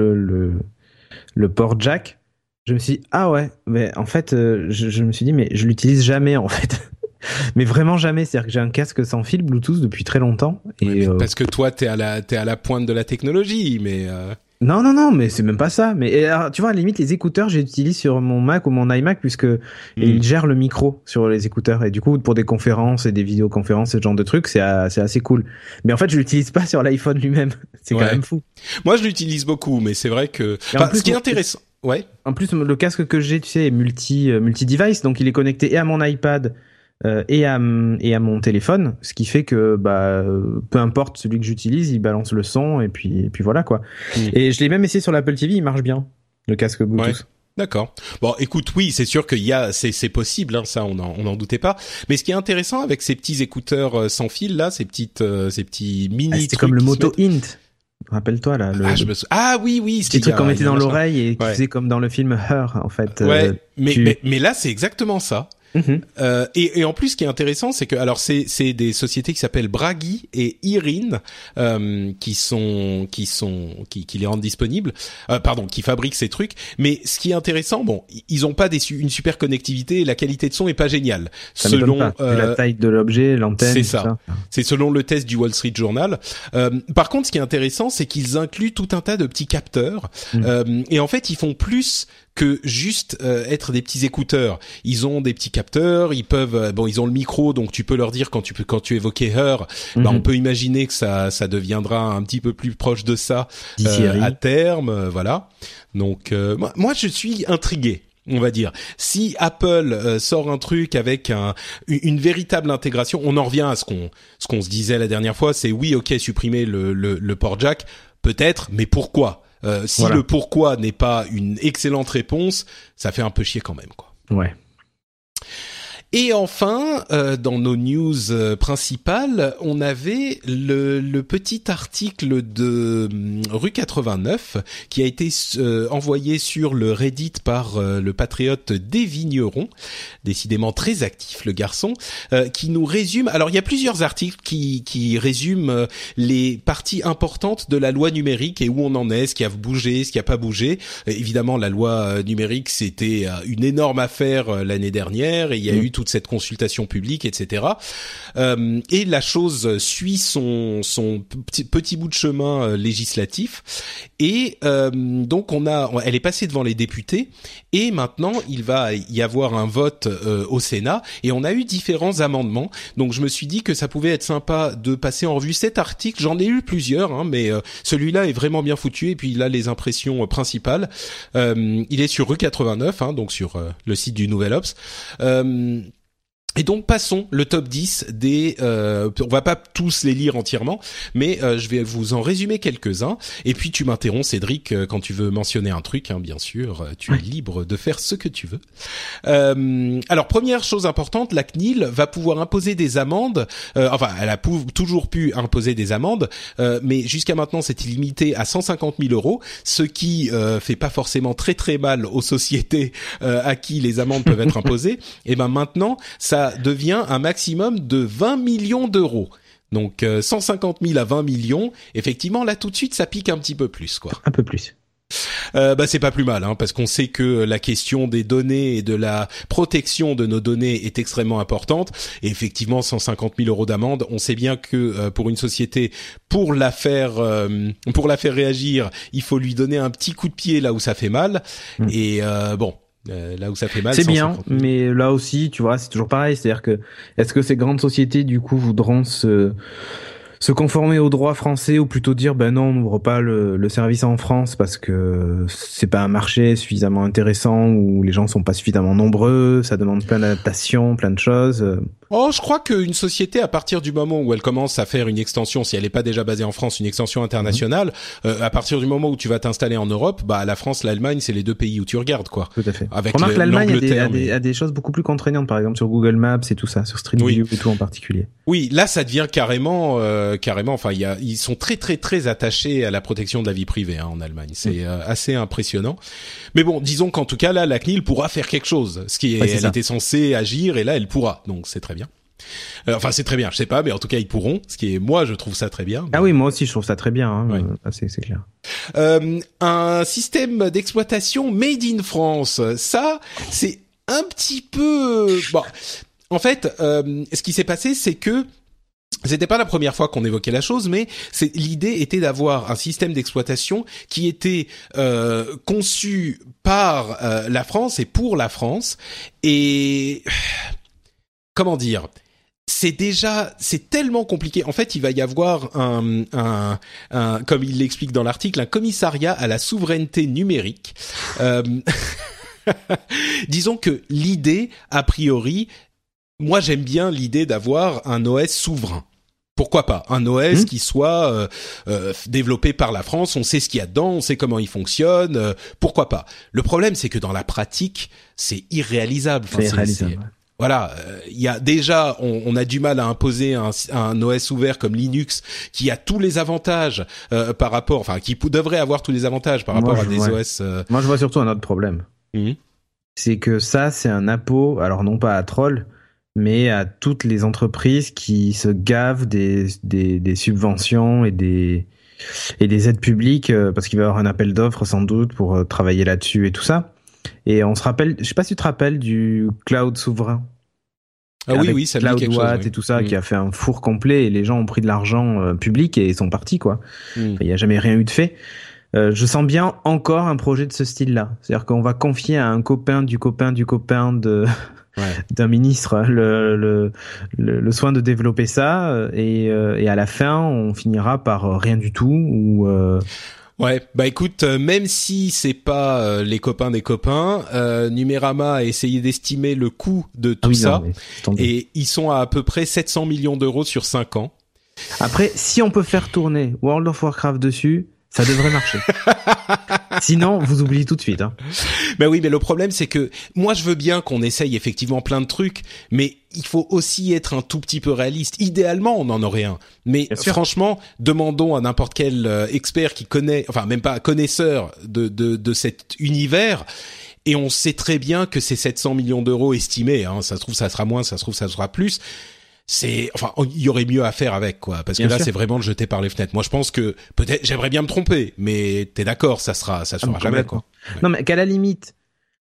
le port jack, je me suis dit, ah ouais, mais en fait, je me suis dit, mais je l'utilise jamais en fait. Mais vraiment jamais. C'est-à-dire que j'ai un casque sans fil Bluetooth depuis très longtemps. Et
parce que toi, t'es à la pointe de la technologie, mais.
Non, mais c'est même pas ça. Mais alors, tu vois, à la limite, les écouteurs, j'utilise sur mon Mac ou mon iMac puisque ils gèrent le micro sur les écouteurs. Et du coup, pour des conférences et des vidéoconférences, ce genre de trucs, c'est assez cool. Mais en fait, je l'utilise pas sur l'iPhone lui-même. C'est quand même fou.
Moi, je l'utilise beaucoup, mais c'est vrai que. Enfin, ce qui est intéressant. Ouais.
En plus, le casque que j'ai, tu sais, est multi-device, donc il est connecté et à mon iPad. Et à mon téléphone, ce qui fait que peu importe celui que j'utilise, il balance le son et puis voilà quoi. Et je l'ai même essayé sur l'Apple TV, il marche bien, le casque Bluetooth. Ouais.
D'accord. Bon, écoute, oui, c'est sûr qu'il y a, c'est possible, hein, ça, on en doutait pas. Mais ce qui est intéressant avec ces petits écouteurs sans fil là, ces petits mini.
C'était comme le Moto Int. Rappelle-toi là.
Oui.
Petit truc qu'on mettait dans l'oreille et qui faisait comme dans le film Her en fait.
Ouais. Mais là, c'est exactement ça. Et en plus, ce qui est intéressant, c'est que alors c'est des sociétés qui s'appellent Bragi et Irin qui les rendent disponibles, qui fabriquent ces trucs. Mais ce qui est intéressant, bon, ils ont pas une super connectivité et la qualité de son est pas géniale.
Selon la taille de l'objet, l'antenne.
C'est ça. C'est selon le test du Wall Street Journal. Par contre, ce qui est intéressant, c'est qu'ils incluent tout un tas de petits capteurs et en fait, ils font plus que juste être des petits écouteurs. Ils ont des petits capteurs, ils peuvent ils ont le micro, donc tu peux leur dire quand tu évoquais Her, on peut imaginer que ça deviendra un petit peu plus proche de ça à terme, voilà. Donc moi je suis intrigué, on va dire. Si Apple sort un truc avec une véritable intégration, on en revient à ce qu'on se disait la dernière fois, c'est oui, OK, supprimer le port jack, peut-être, mais pourquoi? Si le pourquoi n'est pas une excellente réponse, ça fait un peu chier quand même, quoi.
Ouais.
Et enfin, dans nos news principales, on avait le petit article de Rue 89 qui a été envoyé sur le Reddit par le patriote des vignerons, décidément très actif le garçon, qui nous résume. Alors il y a plusieurs articles qui résument les parties importantes de la loi numérique et où on en est, ce qui a bougé, ce qui a pas bougé. Évidemment, la loi numérique c'était une énorme affaire l'année dernière et il y a eu toute cette consultation publique, etc. Et la chose suit son petit bout de chemin législatif. Et donc elle est passée devant les députés. Et maintenant, il va y avoir un vote au Sénat. Et on a eu différents amendements. Donc je me suis dit que ça pouvait être sympa de passer en revue cet article. J'en ai lu plusieurs, hein, mais celui-là est vraiment bien foutu. Et puis il a les impressions principales. Il est sur Rue 89, hein, donc sur le site du Nouvel Obs. Et donc passons le top 10 on va pas tous les lire entièrement, mais je vais vous en résumer quelques-uns et puis tu m'interromps Cédric quand tu veux mentionner un truc, hein, bien sûr, tu es libre de faire ce que tu veux. Alors première chose importante, la CNIL va pouvoir imposer des amendes, elle a toujours pu imposer des amendes, mais jusqu'à maintenant c'était limité à 150 000 €, ce qui fait pas forcément très très mal aux sociétés à qui les amendes peuvent être imposées. Et ben maintenant ça devient un maximum de 20 millions d'euros. Donc 150 000 à 20 millions, effectivement là tout de suite ça pique un petit peu plus, quoi.
Un peu plus.
C'est pas plus mal, hein, parce qu'on sait que la question des données et de la protection de nos données est extrêmement importante. Et effectivement, 150 000 € d'amende, on sait bien que pour une société, pour la faire réagir, il faut lui donner un petit coup de pied là où ça fait mal. Et là où ça fait mal,
c'est bien, mais là aussi, tu vois, c'est toujours pareil. C'est-à-dire que est-ce que ces grandes sociétés du coup voudront se se conformer au droit français ou plutôt dire ben non, on n'ouvre pas le service en France parce que c'est pas un marché suffisamment intéressant ou les gens sont pas suffisamment nombreux, ça demande plein d'adaptations, plein de choses.
Oh, je crois qu'une société, à partir du moment où elle commence à faire une extension, si elle n'est pas déjà basée en France, une extension internationale, à partir du moment où tu vas t'installer en Europe, bah la France, l'Allemagne, c'est les deux pays où tu regardes, quoi.
Tout à fait.
Avec
Remarque, l'Allemagne
l'Angleterre,
a des choses beaucoup plus contraignantes, par exemple sur Google Maps et tout ça, sur Street View et tout en particulier.
Oui, là, ça devient carrément. Enfin, ils sont très très très attachés à la protection de la vie privée en Allemagne. C'est assez impressionnant. Mais bon, disons qu'en tout cas là, la CNIL pourra faire quelque chose. Elle était censée agir et là, elle pourra. Donc c'est très bien. Enfin, c'est très bien. Je sais pas, mais en tout cas, ils pourront. Moi, je trouve ça très bien.
Ah oui, moi aussi, je trouve ça très bien. Hein.
Ouais.
C'est clair.
Un système d'exploitation made in France. Ça, c'est un petit peu. Bon, en fait, ce qui s'est passé, c'est que c'était pas la première fois qu'on évoquait la chose, mais l'idée était d'avoir un système d'exploitation qui était conçu par la France et pour la France. Et comment dire ? C'est tellement compliqué. En fait, il va y avoir un comme il l'explique dans l'article, un commissariat à la souveraineté numérique. Disons que l'idée, a priori, moi j'aime bien l'idée d'avoir un OS souverain. Pourquoi pas un OS qui soit développé par la France, on sait ce qu'il y a dedans, on sait comment il fonctionne, pourquoi pas. Le problème, c'est que dans la pratique, c'est irréalisable.
C'est irréalisable.
Voilà, il y a déjà, on a du mal à imposer un OS ouvert comme Linux qui a tous les avantages par rapport, enfin qui devrait avoir tous les avantages par rapport à des OS.
Moi, je vois surtout un autre problème. C'est que ça, c'est un appôt, alors non pas à Troll, mais à toutes les entreprises qui se gavent des subventions et des aides publiques, parce qu'il va y avoir un appel d'offres sans doute pour travailler là-dessus et tout ça. Et on se rappelle, je sais pas si tu te rappelles du cloud souverain.
Ah oui, ça me dit quelque chose.
Et tout ça, qui a fait un four complet et les gens ont pris de l'argent public et ils sont partis, quoi. Il y a jamais rien eu de fait. Je sens bien encore un projet de ce style-là. C'est-à-dire qu'on va confier à un copain du copain d'un ministre le soin de développer ça et à la fin on finira par rien du tout ou
Ouais, bah écoute, même si c'est pas les copains des copains, Numérama a essayé d'estimer le coût de tout ça, et ils sont à peu près 700 millions d'euros sur 5 ans.
Après, si on peut faire tourner World of Warcraft dessus, ça devrait marcher. Sinon, vous oubliez tout de suite. Hein.
Ben oui, mais le problème, c'est que moi, je veux bien qu'on essaye effectivement plein de trucs, mais il faut aussi être un tout petit peu réaliste. Idéalement, on en aurait un. Mais franchement, demandons à n'importe quel expert qui connaît, enfin même pas connaisseur de cet univers, et on sait très bien que c'est 700 millions d'euros estimés. Hein. Ça se trouve, ça sera moins, ça se trouve, ça sera plus. Il y aurait mieux à faire avec, quoi, parce que là, c'est vraiment le jeter par les fenêtres. Moi, je pense que peut-être, j'aimerais bien me tromper, mais t'es d'accord, ça se fera jamais, quoi. Ouais.
Non, mais qu'à la limite,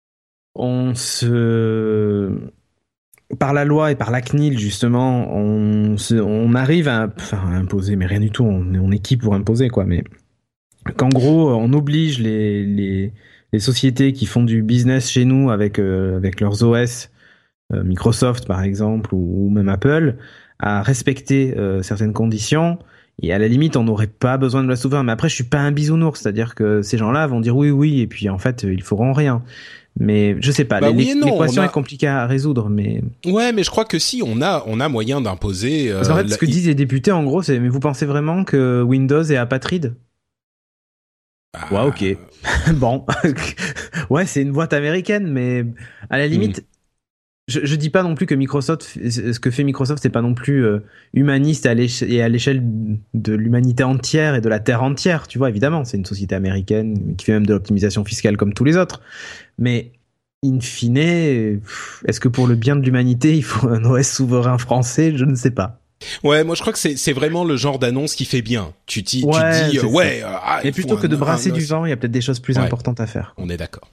par la loi et par la CNIL, justement, on arrive à imposer, mais rien du tout, on est qui pour imposer, quoi, mais qu'en gros, on oblige les sociétés qui font du business chez nous avec leurs OS, Microsoft par exemple ou même Apple, à respecter certaines conditions, et à la limite on n'aurait pas besoin de la souverain. Mais après je suis pas un bisounours, c'est-à-dire que ces gens-là vont dire oui et puis en fait ils feront rien. Mais je sais pas, l'équation est compliquée à résoudre, mais
ouais, mais je crois que si on a moyen d'imposer.
En fait, ce que disent les députés en gros, c'est mais vous pensez vraiment que Windows est apatride? Ouais, ok. Bon, ouais, c'est une boîte américaine, mais à la limite. Je dis pas non plus que ce que fait Microsoft, c'est pas non plus humaniste et à l'échelle de l'humanité entière et de la terre entière. Tu vois, évidemment, c'est une société américaine qui fait même de l'optimisation fiscale comme tous les autres. Mais in fine, est-ce que pour le bien de l'humanité, il faut un OS souverain français? Je ne sais pas.
Ouais, moi je crois que c'est vraiment le genre d'annonce qui fait bien. Tu dis
et plutôt que de brasser du vent, il y a peut-être des choses plus importantes à faire.
On est d'accord.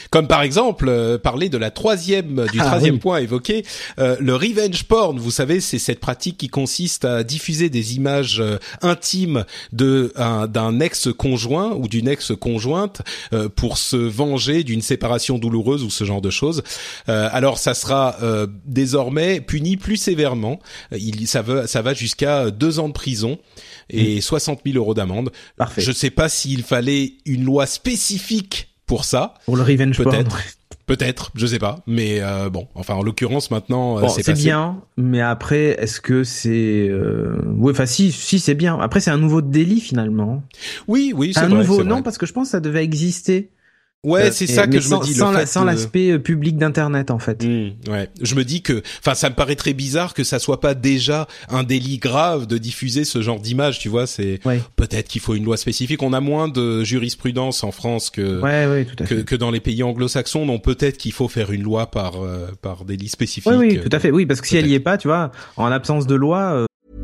Comme par exemple parler de du troisième point évoqué, le revenge porn. Vous savez, c'est cette pratique qui consiste à diffuser des images intimes d'un ex-conjoint ou d'une ex-conjointe pour se venger d'une séparation douloureuse ou ce genre de choses. Alors ça sera désormais puni plus sévèrement. Ça va jusqu'à 2 ans de prison et 60 000 euros d'amende.
Parfait.
Je sais pas s'il fallait une loi spécifique pour ça.
Pour le revenge porn.
Peut-être, je sais pas, mais bon, enfin en l'occurrence maintenant
c'est
passé.
Bien, mais après est-ce que c'est si c'est bien. Après c'est un nouveau délit finalement.
Oui, c'est
un
vrai,
nouveau
c'est
non
vrai.
Parce que je pense que ça devait exister.
Ouais, c'est ça que je me dis.
Sans l'aspect public d'internet en fait.
Ouais, je me dis que, enfin, ça me paraît très bizarre que ça soit pas déjà un délit grave de diffuser ce genre d'image. Tu vois, c'est peut-être qu'il faut une loi spécifique. On a moins de jurisprudence en France que dans les pays anglo-saxons. Donc peut-être qu'il faut faire une loi par délit spécifique.
Oui, tout à fait. Oui, parce que si elle y est pas, tu vois, en absence de loi.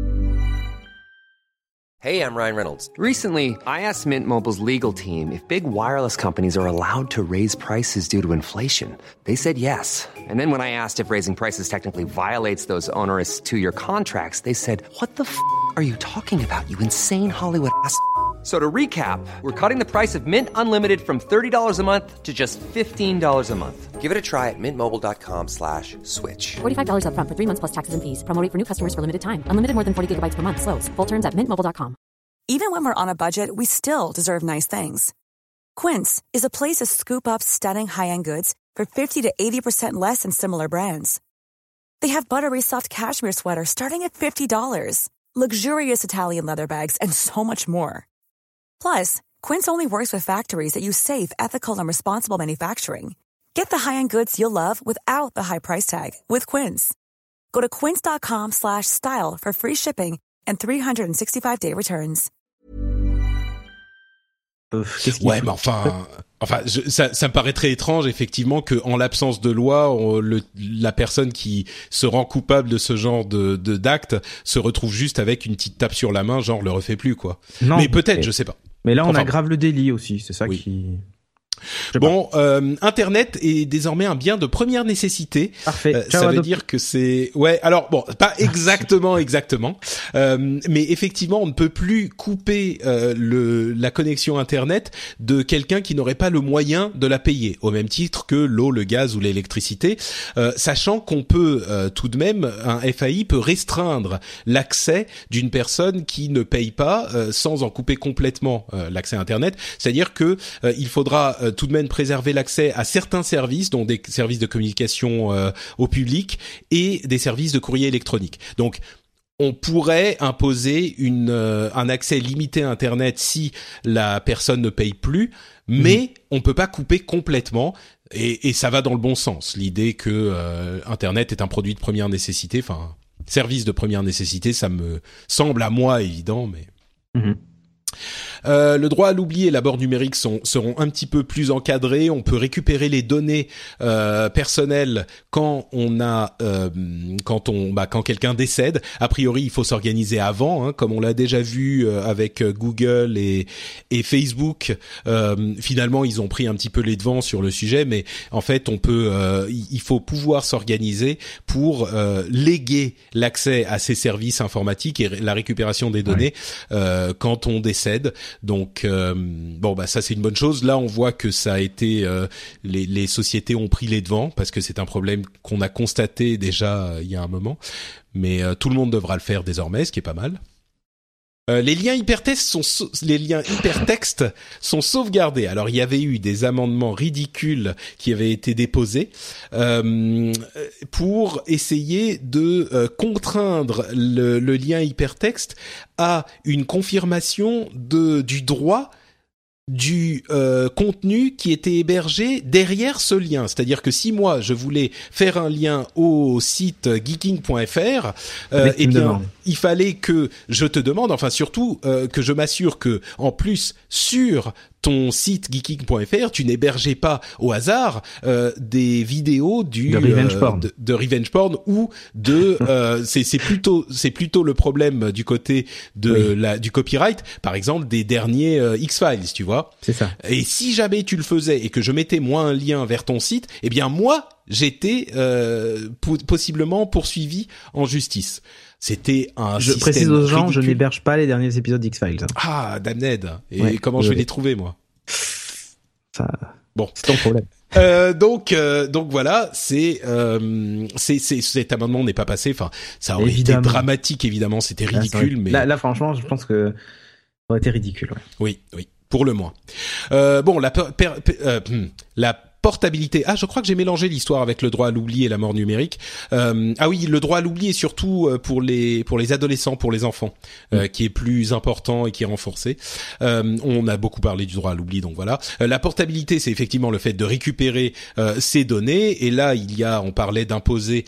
Hey, I'm Ryan Reynolds. Recently, I asked Mint Mobile's legal team if big wireless companies are allowed to raise prices due to inflation. They said yes. And then when I asked if raising prices technically violates those onerous 2-year contracts, they said, "What the f*** are you talking about, you insane Hollywood ass?" So to recap, we're cutting the price of Mint Unlimited from $30 a month to just $15 a month. Give it a try at mintmobile.com/switch.
$45 up front for 3 months plus taxes and fees. Promo rate for new customers for limited time. Unlimited more than 40 gigabytes per month. Slows full terms at mintmobile.com.
Even when we're on a budget, we still deserve nice things. Quince is a place to scoop up stunning high-end goods for 50 to 80% less than similar brands. They have buttery soft cashmere sweaters starting at $50, luxurious Italian leather bags, and so much more. Plus, Quince only works with factories that use safe, ethical, and responsible manufacturing. Get the high-end goods you'll love without the high price tag with Quince. Go to quince.com/style for free shipping and 365-day returns.
Ouais, mais enfin, ça me paraît très étrange effectivement que en l'absence de loi, la personne qui se rend coupable de ce genre d'acte se retrouve juste avec une petite tape sur la main, genre le refait plus quoi. Non, mais peut-être, je sais pas.
Mais là, on aggrave le délit aussi, c'est ça qui.
Bon, Internet est désormais un bien de première nécessité.
Parfait.
Ça veut dire que c'est alors bon, pas exactement, mais effectivement, on ne peut plus couper la connexion Internet de quelqu'un qui n'aurait pas le moyen de la payer, au même titre que l'eau, le gaz ou l'électricité, sachant qu'on peut tout de même, un FAI peut restreindre l'accès d'une personne qui ne paye pas sans en couper complètement l'accès à Internet. C'est-à-dire que il faudra tout de même préserver l'accès à certains services, dont des services de communication au public et des services de courrier électronique. Donc, on pourrait imposer un accès limité à Internet si la personne ne paye plus, mais on peut pas couper complètement. Et ça va dans le bon sens. L'idée que Internet est un produit de première nécessité, enfin, service de première nécessité, ça me semble à moi évident, mais. Le droit à l'oubli et l'abord numérique seront un petit peu plus encadrés. On peut récupérer les données personnelles quand quand quelqu'un décède. A priori, il faut s'organiser avant, comme on l'a déjà vu avec Google et Facebook. Finalement, ils ont pris un petit peu les devants sur le sujet, mais en fait, il faut pouvoir s'organiser pour léguer l'accès à ces services informatiques et la récupération des données quand on décède. Donc ça c'est une bonne chose. Là on voit que ça a été les sociétés ont pris les devants parce que c'est un problème qu'on a constaté déjà il y a un moment, mais tout le monde devra le faire désormais, ce qui est pas mal. Les liens hypertextes sont sauvegardés. Alors il y avait eu des amendements ridicules qui avaient été déposés pour essayer de contraindre le lien hypertexte à une confirmation du droit du contenu qui était hébergé derrière ce lien. C'est-à-dire que si moi je voulais faire un lien au site geeking.fr, il fallait que je te demande, enfin surtout que je m'assure que en plus sur ton site geeking.fr, tu n'hébergeais pas au hasard des vidéos de revenge porn, de revenge porn ou de c'est plutôt le problème du côté de du copyright, par exemple des derniers X-Files, tu vois.
C'est ça.
Et si jamais tu le faisais et que je mettais moi un lien vers ton site, eh bien moi j'étais possiblement poursuivi en justice. C'était un
Je
système
précise aux gens,
ridicule.
je n'héberge pas les derniers épisodes d'X-Files.
Ah, damned. Et
Ouais,
comment je vais les trouver, moi?
Ça,
Bon.
c'est ton problème.
Donc voilà, c'est cet amendement n'est pas passé. Enfin, ça aurait
Évidemment.
été dramatique, évidemment. C'était ridicule, mais
là, franchement, je pense que ça aurait été ridicule. Ouais.
oui, pour le moins. Bon, la portabilité. Ah, je crois que j'ai mélangé l'histoire avec le droit à l'oubli et la mort numérique. Ah oui, le droit à l'oubli est surtout pour les adolescents, pour les enfants, qui est plus important et qui est renforcé. On a beaucoup parlé du droit à l'oubli, donc voilà. La portabilité, c'est effectivement le fait de récupérer ces données. Et là, on parlait d'imposer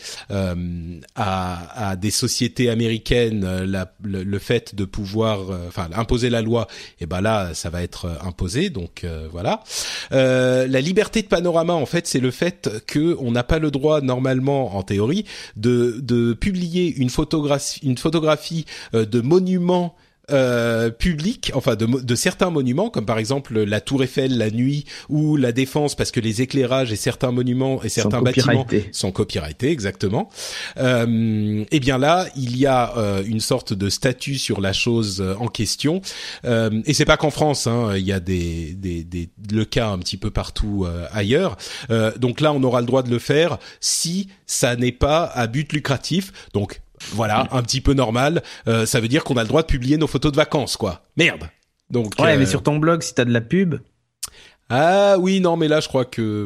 à des sociétés américaines le fait de pouvoir, imposer la loi. Et ben là, ça va être imposé. Donc voilà. La liberté de panorama, en fait, c'est le fait que on n'a pas le droit normalement, en théorie, de publier une photographie de monuments publics, enfin de certains monuments, comme par exemple la Tour Eiffel la nuit ou la Défense, parce que les éclairages et certains monuments et certains bâtiments sont copyrightés, exactement. Et bien là, il y a une sorte de statut sur la chose en question, et c'est pas qu'en France, hein, il y a le cas un petit peu partout ailleurs. Donc là, on aura le droit de le faire si ça n'est pas à but lucratif. Donc voilà, un petit peu normal. Ça veut dire qu'on a le droit de publier nos photos de vacances, quoi. Merde. Donc.
Ouais, mais sur ton blog, si t'as de la pub.
Ah oui, non, mais là, je crois que.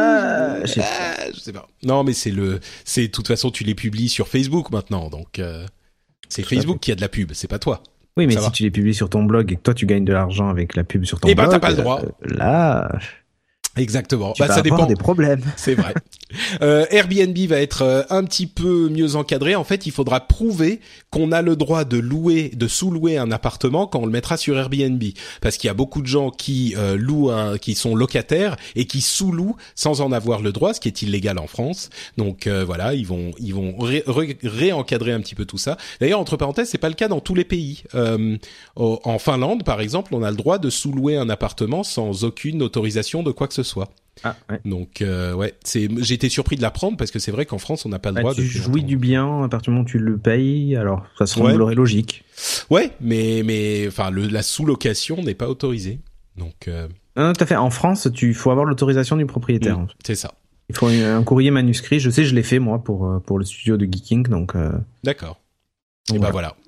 Je sais pas. Non, mais de toute façon, tu les publies sur Facebook maintenant, donc c'est Facebook qui a de la pub, c'est pas toi.
Oui, mais
Ça
si
va.
tu les publies sur ton blog et que toi tu gagnes de l'argent avec la pub sur ton
Eh
blog,
ben, t'as pas le droit.
Là,
Exactement.
tu vas
ça
avoir
dépend.
des problèmes.
C'est vrai. Airbnb va être un petit peu mieux encadré. En fait, il faudra prouver qu'on a le droit de sous-louer un appartement quand on le mettra sur Airbnb, parce qu'il y a beaucoup de gens qui qui sont locataires et qui sous-louent sans en avoir le droit, ce qui est illégal en France. Donc voilà, ils vont réencadrer un petit peu tout ça. D'ailleurs, entre parenthèses, c'est pas le cas dans tous les pays. En Finlande, par exemple, on a le droit de sous-louer un appartement sans aucune autorisation de quoi que ce soit.
Ah, ouais.
Donc j'ai été surpris de l'apprendre parce que c'est vrai qu'en France on n'a pas le droit.
Tu jouis du bien à partir du moment où tu le payes, alors ça semblerait logique.
Ouais, mais enfin la sous-location n'est pas autorisée. Donc
Non, tout à fait. En France, il faut avoir l'autorisation du propriétaire.
C'est ça.
Il faut un courrier manuscrit. Je sais, je l'ai fait moi pour le studio de Geeking, donc.
D'accord. Et
Voilà.
ben voilà.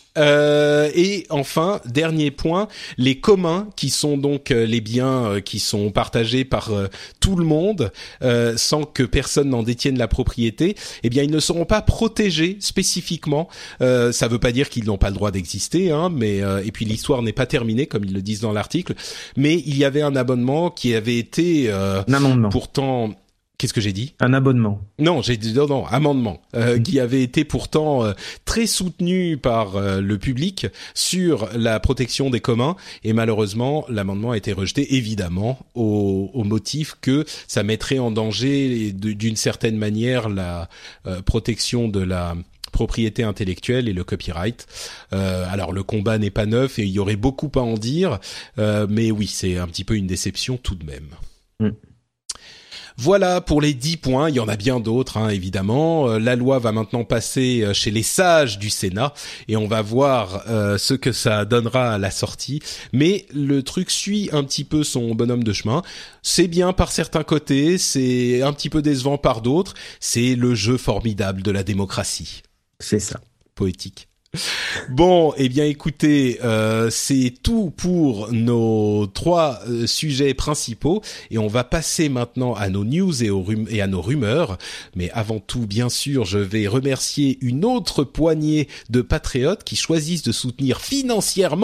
Et enfin, dernier point, les communs, qui sont donc les biens qui sont partagés par tout le monde sans que personne n'en détienne la propriété, eh bien ils ne seront pas protégés spécifiquement. Ça veut pas dire qu'ils n'ont pas le droit d'exister, hein, mais et puis l'histoire n'est pas terminée comme ils le disent dans l'article. Mais il y avait un amendement qui avait été
Un amendement.
pourtant. Qu'est-ce que j'ai dit ?
Un abonnement.
Non, j'ai dit non, amendement qui avait été pourtant très soutenu par le public sur la protection des communs, et malheureusement l'amendement a été rejeté, évidemment au motif que ça mettrait en danger d'une certaine manière la protection de la propriété intellectuelle et le copyright. Alors le combat n'est pas neuf et il y aurait beaucoup à en dire, mais oui, c'est un petit peu une déception tout de même. Voilà pour les 10 points, il y en a bien d'autres, hein, évidemment. La loi va maintenant passer chez les sages du Sénat et on va voir ce que ça donnera à la sortie. Mais le truc suit un petit peu son bonhomme de chemin. C'est bien par certains côtés, c'est un petit peu décevant par d'autres. C'est le jeu formidable de la démocratie.
C'est ça.
Poétique. Bon, eh bien écoutez, c'est tout pour nos 3 sujets principaux et on va passer maintenant à nos news et à nos rumeurs. Mais avant tout, bien sûr, je vais remercier une autre poignée de patriotes qui choisissent de soutenir financièrement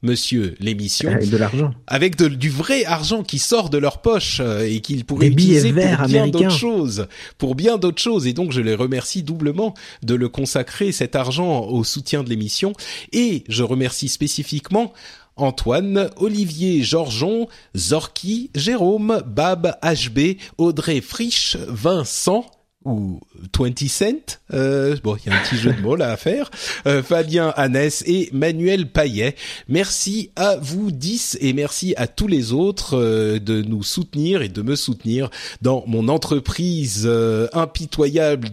monsieur, l'émission.
Avec de l'argent.
Avec du vrai argent qui sort de leur poche et qu'ils pourraient
Des billets
utiliser
verts
pour bien
américains.
d'autres choses. Pour bien d'autres choses. Et donc, je les remercie doublement de le consacrer, cet argent, au soutien de l'émission. Et je remercie spécifiquement Antoine, Olivier, Georgeon, Zorki, Jérôme, Bab, HB, Audrey Frisch, Vincent, ou 20 Cent, bon, il y a un petit jeu de mots là à faire, Fabien Hanès et Manuel Paillet. Merci à vous 10 et merci à tous les autres de nous soutenir et de me soutenir dans mon entreprise impitoyable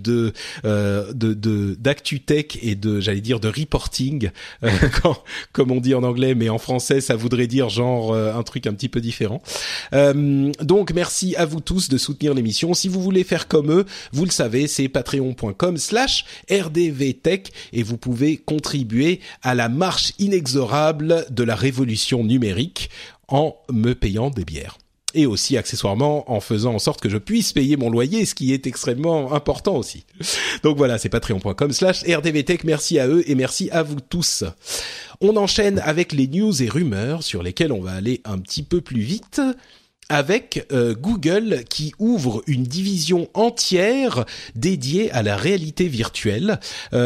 d'ActuTech et de reporting, comme on dit en anglais, mais en français ça voudrait dire genre un truc un petit peu différent. Donc merci à vous tous de soutenir l'émission. Si vous voulez faire comme eux, vous le savez, c'est patreon.com/rdvtech et vous pouvez contribuer à la marche inexorable de la révolution numérique en me payant des bières. Et aussi, accessoirement, en faisant en sorte que je puisse payer mon loyer, ce qui est extrêmement important aussi. Donc voilà, c'est patreon.com/rdvtech. Merci à eux et merci à vous tous. On enchaîne avec les news et rumeurs sur lesquelles on va aller un petit peu plus vite. Avec Google qui ouvre une division entière dédiée à la réalité virtuelle.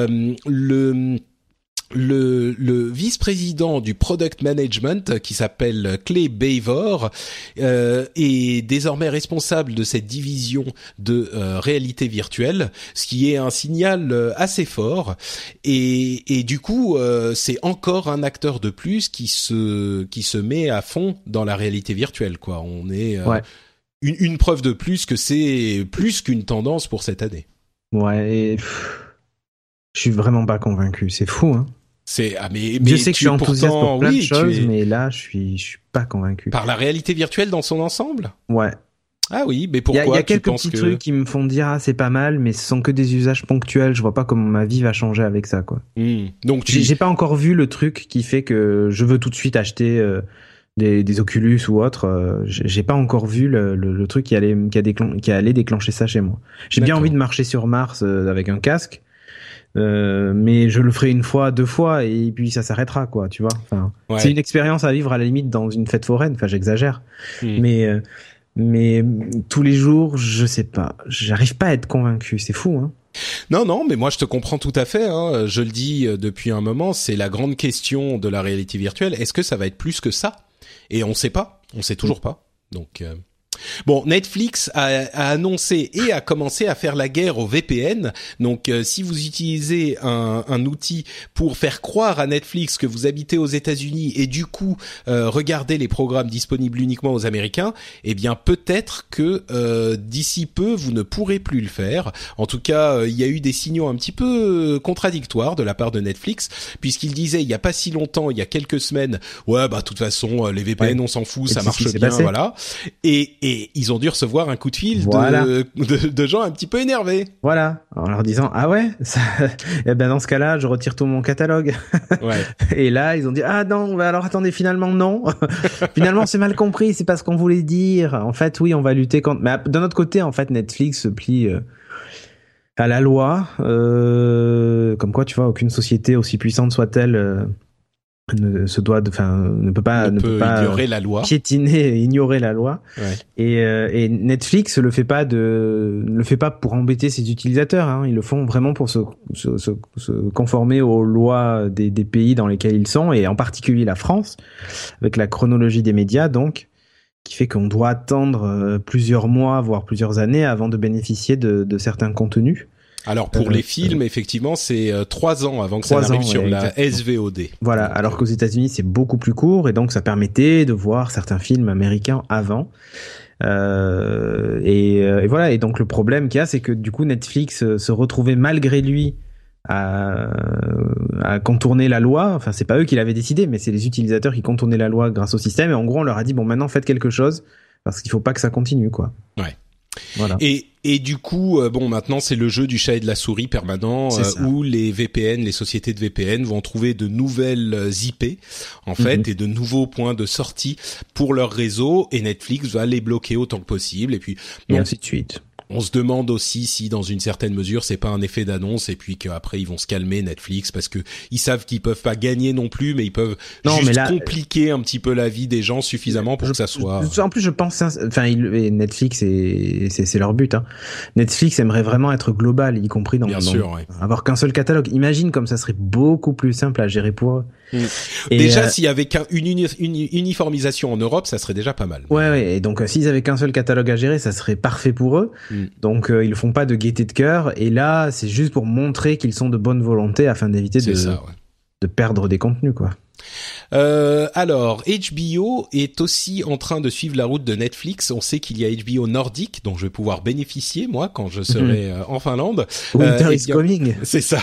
Le vice-président du product management qui s'appelle Clay Bavor est désormais responsable de cette division de réalité virtuelle, ce qui est un signal assez fort et du coup c'est encore un acteur de plus qui se met à fond dans la réalité virtuelle quoi. On est une preuve de plus que c'est plus qu'une tendance pour cette année.
Ouais, et je suis vraiment pas convaincu, c'est fou hein.
Mais
je sais que je suis enthousiaste pour plein de choses, mais là je suis pas convaincu.
Par la réalité virtuelle dans son ensemble ?
Ouais.
Ah oui, mais pourquoi ?
Il y a quelques petits trucs qui me font dire c'est pas mal, mais ce sont que des usages ponctuels. Je vois pas comment ma vie va changer avec ça quoi.
Donc
j'ai pas encore vu le truc qui fait que je veux tout de suite acheter des Oculus ou autre. J'ai pas encore vu le truc qui allait déclencher ça chez moi. J'ai bien envie de marcher sur Mars avec un casque. Mais je le ferai une fois, 2 fois et puis ça s'arrêtera quoi, tu vois. Enfin, c'est une expérience à vivre à la limite dans une fête foraine. Enfin, j'exagère. Mais tous les jours, je sais pas. J'arrive pas à être convaincu. C'est fou, hein.
Non, mais moi je te comprends tout à fait. Hein. Je le dis depuis un moment. C'est la grande question de la réalité virtuelle. Est-ce que ça va être plus que ça ? Et on sait pas. On sait toujours pas. Donc. Bon, Netflix a annoncé et a commencé à faire la guerre au VPN. Donc, si vous utilisez un outil pour faire croire à Netflix que vous habitez aux États-Unis et du coup regardez les programmes disponibles uniquement aux Américains, eh bien peut-être que d'ici peu vous ne pourrez plus le faire. En tout cas, il y a eu des signaux un petit peu contradictoires de la part de Netflix, puisqu'il disait il y a pas si longtemps, il y a quelques semaines, de toute façon les VPN on s'en fout, ça marche bien, voilà. Et ils ont dû recevoir un coup de fil de gens un petit peu énervés.
Voilà, en leur disant ah ouais, ça... eh ben dans ce cas-là, je retire tout mon catalogue. Ouais. Et là, ils ont dit ah non, alors attendez, finalement non. Finalement, c'est mal compris, c'est pas ce qu'on voulait dire. En fait, oui, on va lutter contre. Mais d'un autre côté, en fait, Netflix se plie à la loi. Comme quoi, tu vois, aucune société aussi puissante soit-elle. Ne peut pas
ignorer la loi,
piétiner et ignorer la loi. Ouais. Et Netflix le fait pas pour embêter ses utilisateurs, hein. Ils le font vraiment pour se conformer aux lois des pays dans lesquels ils sont, et en particulier la France, avec la chronologie des médias, donc, qui fait qu'on doit attendre plusieurs mois, voire plusieurs années avant de bénéficier de certains contenus.
Alors pour les films, effectivement, c'est 3 ans avant que ça n'arrive sur la SVOD.
Voilà, alors qu'aux États-Unis, c'est beaucoup plus court, et donc ça permettait de voir certains films américains avant. Et voilà, et donc le problème qu'il y a, c'est que du coup Netflix se retrouvait malgré lui à contourner la loi. Enfin, c'est pas eux qui l'avaient décidé, mais c'est les utilisateurs qui contournaient la loi grâce au système, et en gros on leur a dit bon, maintenant faites quelque chose, parce qu'il faut pas que ça continue, quoi.
Ouais. Voilà. Et du coup, maintenant c'est le jeu du chat et de la souris permanent, où les VPN, les sociétés de VPN vont trouver de nouvelles IP en fait, et de nouveaux points de sortie pour leur réseau, et Netflix va les bloquer autant que possible, et puis
et ainsi de suite.
On se demande aussi si, dans une certaine mesure, c'est pas un effet d'annonce et puis qu'après ils vont se calmer Netflix parce que ils savent qu'ils peuvent pas gagner non plus, mais ils peuvent compliquer un petit peu la vie des gens suffisamment pour que ça soit.
En plus, je pense, Netflix c'est leur but. Hein. Netflix aimerait vraiment être global, y compris dans avoir qu'un seul catalogue. Imagine comme ça serait beaucoup plus simple à gérer pour eux.
Déjà, s'il y avait une uniformisation en Europe, ça serait déjà pas mal.
Ouais. Et donc, s'ils avaient qu'un seul catalogue à gérer, ça serait parfait pour eux. Donc, ils le font pas de gaieté de cœur. Et là, c'est juste pour montrer qu'ils sont de bonne volonté afin d'éviter de perdre des contenus, quoi.
Alors, HBO est aussi en train de suivre la route de Netflix. On sait qu'il y a HBO Nordique, dont je vais pouvoir bénéficier, moi, quand je serai en Finlande.
Winter is coming.
C'est ça.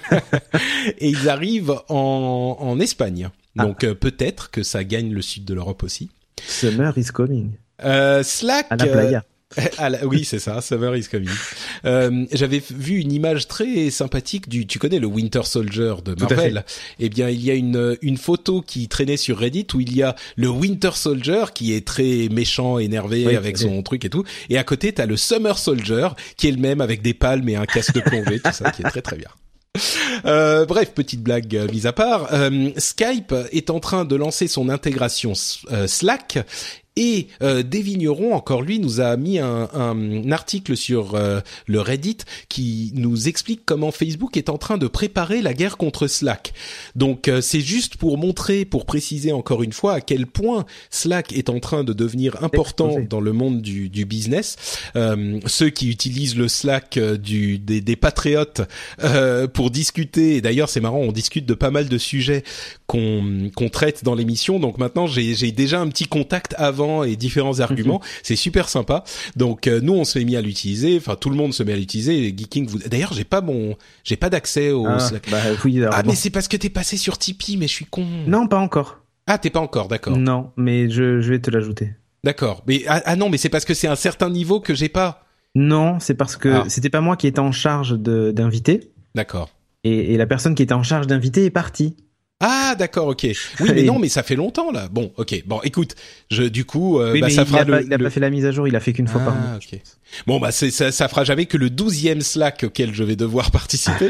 Et ils arrivent en Espagne. Donc, peut-être que ça gagne le sud de l'Europe aussi.
Summer is coming.
Slack.
À la playa.
Oui, c'est ça, Summer is coming. J'avais vu une image très sympathique tu connais le Winter Soldier de Marvel. Eh bien, il y a une photo qui traînait sur Reddit où il y a le Winter Soldier qui est très méchant, énervé avec son truc et tout. Et à côté, t'as le Summer Soldier qui est le même avec des palmes et un casque de plongée, tout ça qui est très très bien. Bref, petite blague mise à part. Skype est en train de lancer son intégration Slack. Et Des Vignerons, encore lui, nous a mis un article sur le Reddit qui nous explique comment Facebook est en train de préparer la guerre contre Slack. Donc c'est juste pour préciser encore une fois à quel point Slack est en train de devenir important dans le monde du business. Ceux qui utilisent le Slack des patriotes pour discuter, et d'ailleurs c'est marrant, on discute de pas mal de sujets qu'on traite dans l'émission. Donc maintenant j'ai déjà un petit contact avant et différents arguments. C'est super sympa. Donc nous on se met mis à l'utiliser, enfin tout le monde se met à l'utiliser. Geeking, d'ailleurs j'ai pas d'accès au Slack. Mais c'est parce que t'es passé sur Tipeee, mais je suis con.
Non, pas encore.
Ah, t'es pas encore, d'accord.
Non, mais je vais te l'ajouter.
D'accord. Mais non, mais c'est parce que c'est un certain niveau que j'ai pas.
Non, c'est parce que c'était pas moi qui étais en charge d'inviter.
D'accord.
Et la personne qui était en charge d'inviter est partie.
Ah, d'accord, ok. Oui, mais non, mais ça fait longtemps, là. Bon, ok. Bon, écoute, du coup, ça fera
il a pas fait la mise à jour, il a fait qu'une fois par mois.
Ok. Bon, ça fera jamais que le 12e Slack auquel je vais devoir participer.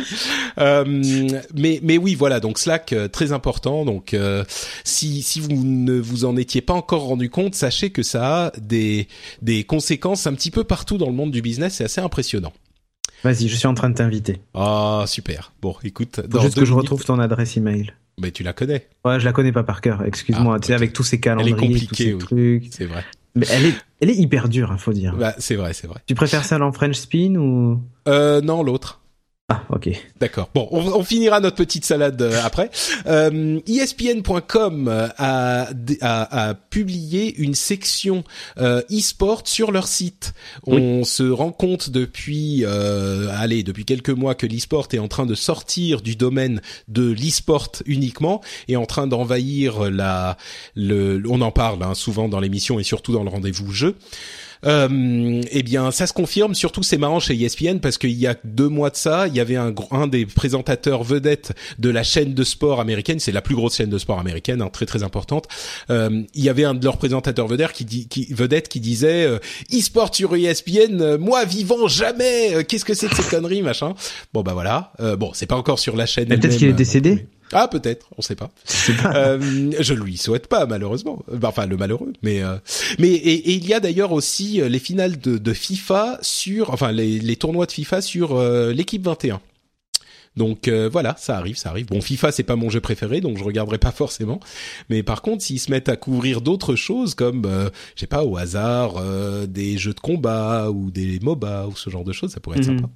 Mais oui, voilà. Donc Slack, très important. Donc, si vous ne vous en étiez pas encore rendu compte, sachez que ça a des conséquences un petit peu partout dans le monde du business. C'est assez impressionnant.
Vas-y, je suis en train de t'inviter.
Ah, super. Bon, écoute.
Juste que je retrouve ton adresse email.
Mais tu la connais.
Ouais, je la connais pas par cœur. Excuse-moi. Tu sais, avec tous ces calendriers,
elle est compliquée,
tous ces trucs.
C'est vrai.
Mais elle est hyper dure, faut dire.
Bah, c'est vrai.
Tu préfères ça en French Spin ou?
Non, l'autre.
Ah, ok.
D'accord. Bon, on finira notre petite salade après. ESPN.com a publié une section e-sport sur leur site. On se rend compte depuis quelques mois que l'e-sport est en train de sortir du domaine de l'e-sport uniquement et en train d'envahir on en parle souvent dans l'émission et surtout dans le rendez-vous jeu. Eh bien, ça se confirme. Surtout, c'est marrant chez ESPN parce qu'il y a 2 mois de ça, il y avait un des présentateurs vedettes de la chaîne de sport américaine. C'est la plus grosse chaîne de sport américaine, très très importante. Il y avait un de leurs présentateurs vedettes qui disait e-sport sur ESPN, moi vivant jamais. Qu'est-ce que c'est que ces conneries, machin. Bon bah voilà. Bon, c'est pas encore sur la chaîne.
Peut-être qu'il est décédé.
Ah, peut-être, on sait pas. Je lui souhaite pas, malheureusement. Enfin, le malheureux. Mais il y a d'ailleurs aussi les finales de FIFA les tournois de FIFA sur l'équipe 21. Donc voilà, ça arrive. Bon, FIFA c'est pas mon jeu préféré, donc je regarderai pas forcément. Mais par contre, s'ils se mettent à couvrir d'autres choses comme je sais pas, au hasard des jeux de combat ou des MOBA ou ce genre de choses, ça pourrait être sympa.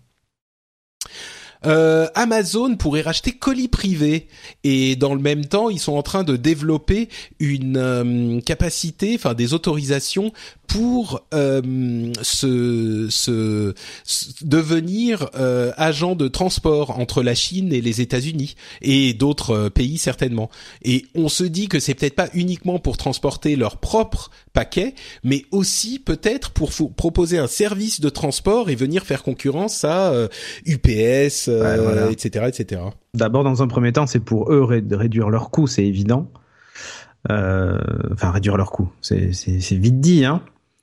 Amazon pourrait racheter Colis Privé et dans le même temps ils sont en train de développer une capacité, enfin des autorisations pour devenir agent de transport entre la Chine et les États-Unis et d'autres pays certainement. Et on se dit que c'est peut-être pas uniquement pour transporter leurs propres paquets, mais aussi peut-être pour proposer un service de transport et venir faire concurrence à UPS, voilà. etc.
D'abord, dans un premier temps, c'est pour eux réduire leurs coûts, c'est évident. Réduire leurs coûts, c'est vite dit, hein.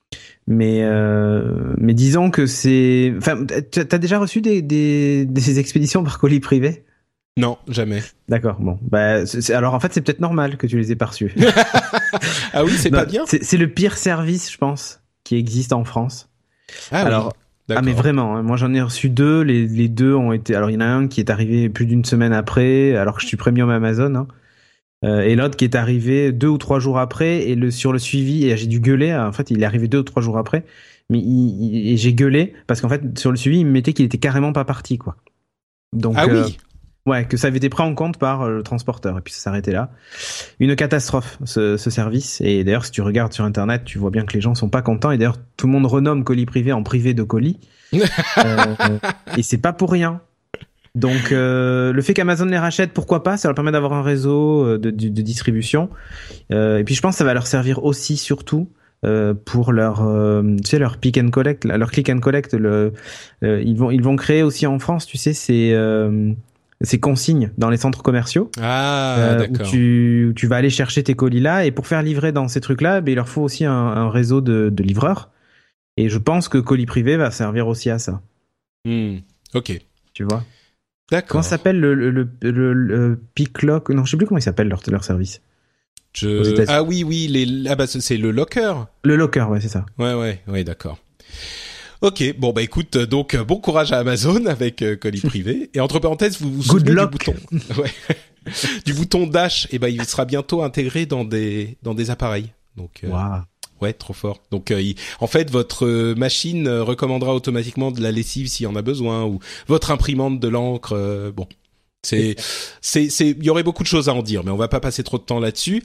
Mais disons que c'est. Enfin, t'as déjà reçu des expéditions par colis privé?
Non, jamais.
D'accord. Bon, bah alors en fait c'est peut-être normal que tu les aies pas reçus.
Ah oui, c'est
Non,
pas bien.
C'est le pire service, je pense, qui existe en France.
Ah
alors.
oui. D'accord.
Ah mais vraiment, hein, moi j'en ai reçu 2, les 2 ont été. Alors il y en a un qui est arrivé plus d'une semaine après, alors que je suis premium Amazon. Hein. Et l'autre qui est arrivé 2 ou 3 jours après, et sur le suivi, et j'ai dû gueuler, en fait il est arrivé 2 ou 3 jours après, mais et j'ai gueulé, parce qu'en fait sur le suivi il me mettait qu'il était carrément pas parti, quoi. Donc,
ah oui.
Ouais, que ça avait été pris en compte par le transporteur, et puis ça s'arrêtait là. Une catastrophe, ce service, et d'ailleurs si tu regardes sur internet, tu vois bien que les gens sont pas contents, et d'ailleurs tout le monde renomme colis privé en privé de colis, et c'est pas pour rien. Donc le fait qu'Amazon les rachète, pourquoi pas, ça leur permet d'avoir un réseau de distribution. Et puis je pense que ça va leur servir aussi surtout pour leur tu sais, leur pick and collect, leur click and collect. Ils vont créer aussi en France, tu sais, ces consignes dans les centres commerciaux.
Ah d'accord.
Où tu vas aller chercher tes colis là, et pour faire livrer dans ces trucs là, il leur faut aussi un réseau de livreurs. Et je pense que colis privé va servir aussi à ça.
Ok.
Tu vois.
D'accord.
Comment s'appelle le Picklock? Non, je sais plus comment il s'appelle leur service.
Ah oui, c'est le Locker.
Le Locker, ouais, c'est ça.
Ouais, d'accord. Ok, bon bah écoute, donc bon courage à Amazon avec colis privé. Et entre parenthèses, vous souvenez du bouton, du bouton Dash, et il sera bientôt intégré dans des appareils. Donc.
Waouh.
Ouais, trop fort. Donc, en fait, votre machine recommandera automatiquement de la lessive s'il y en a besoin, ou votre imprimante de l'encre. Bon, il y aurait beaucoup de choses à en dire, mais on va pas passer trop de temps là-dessus.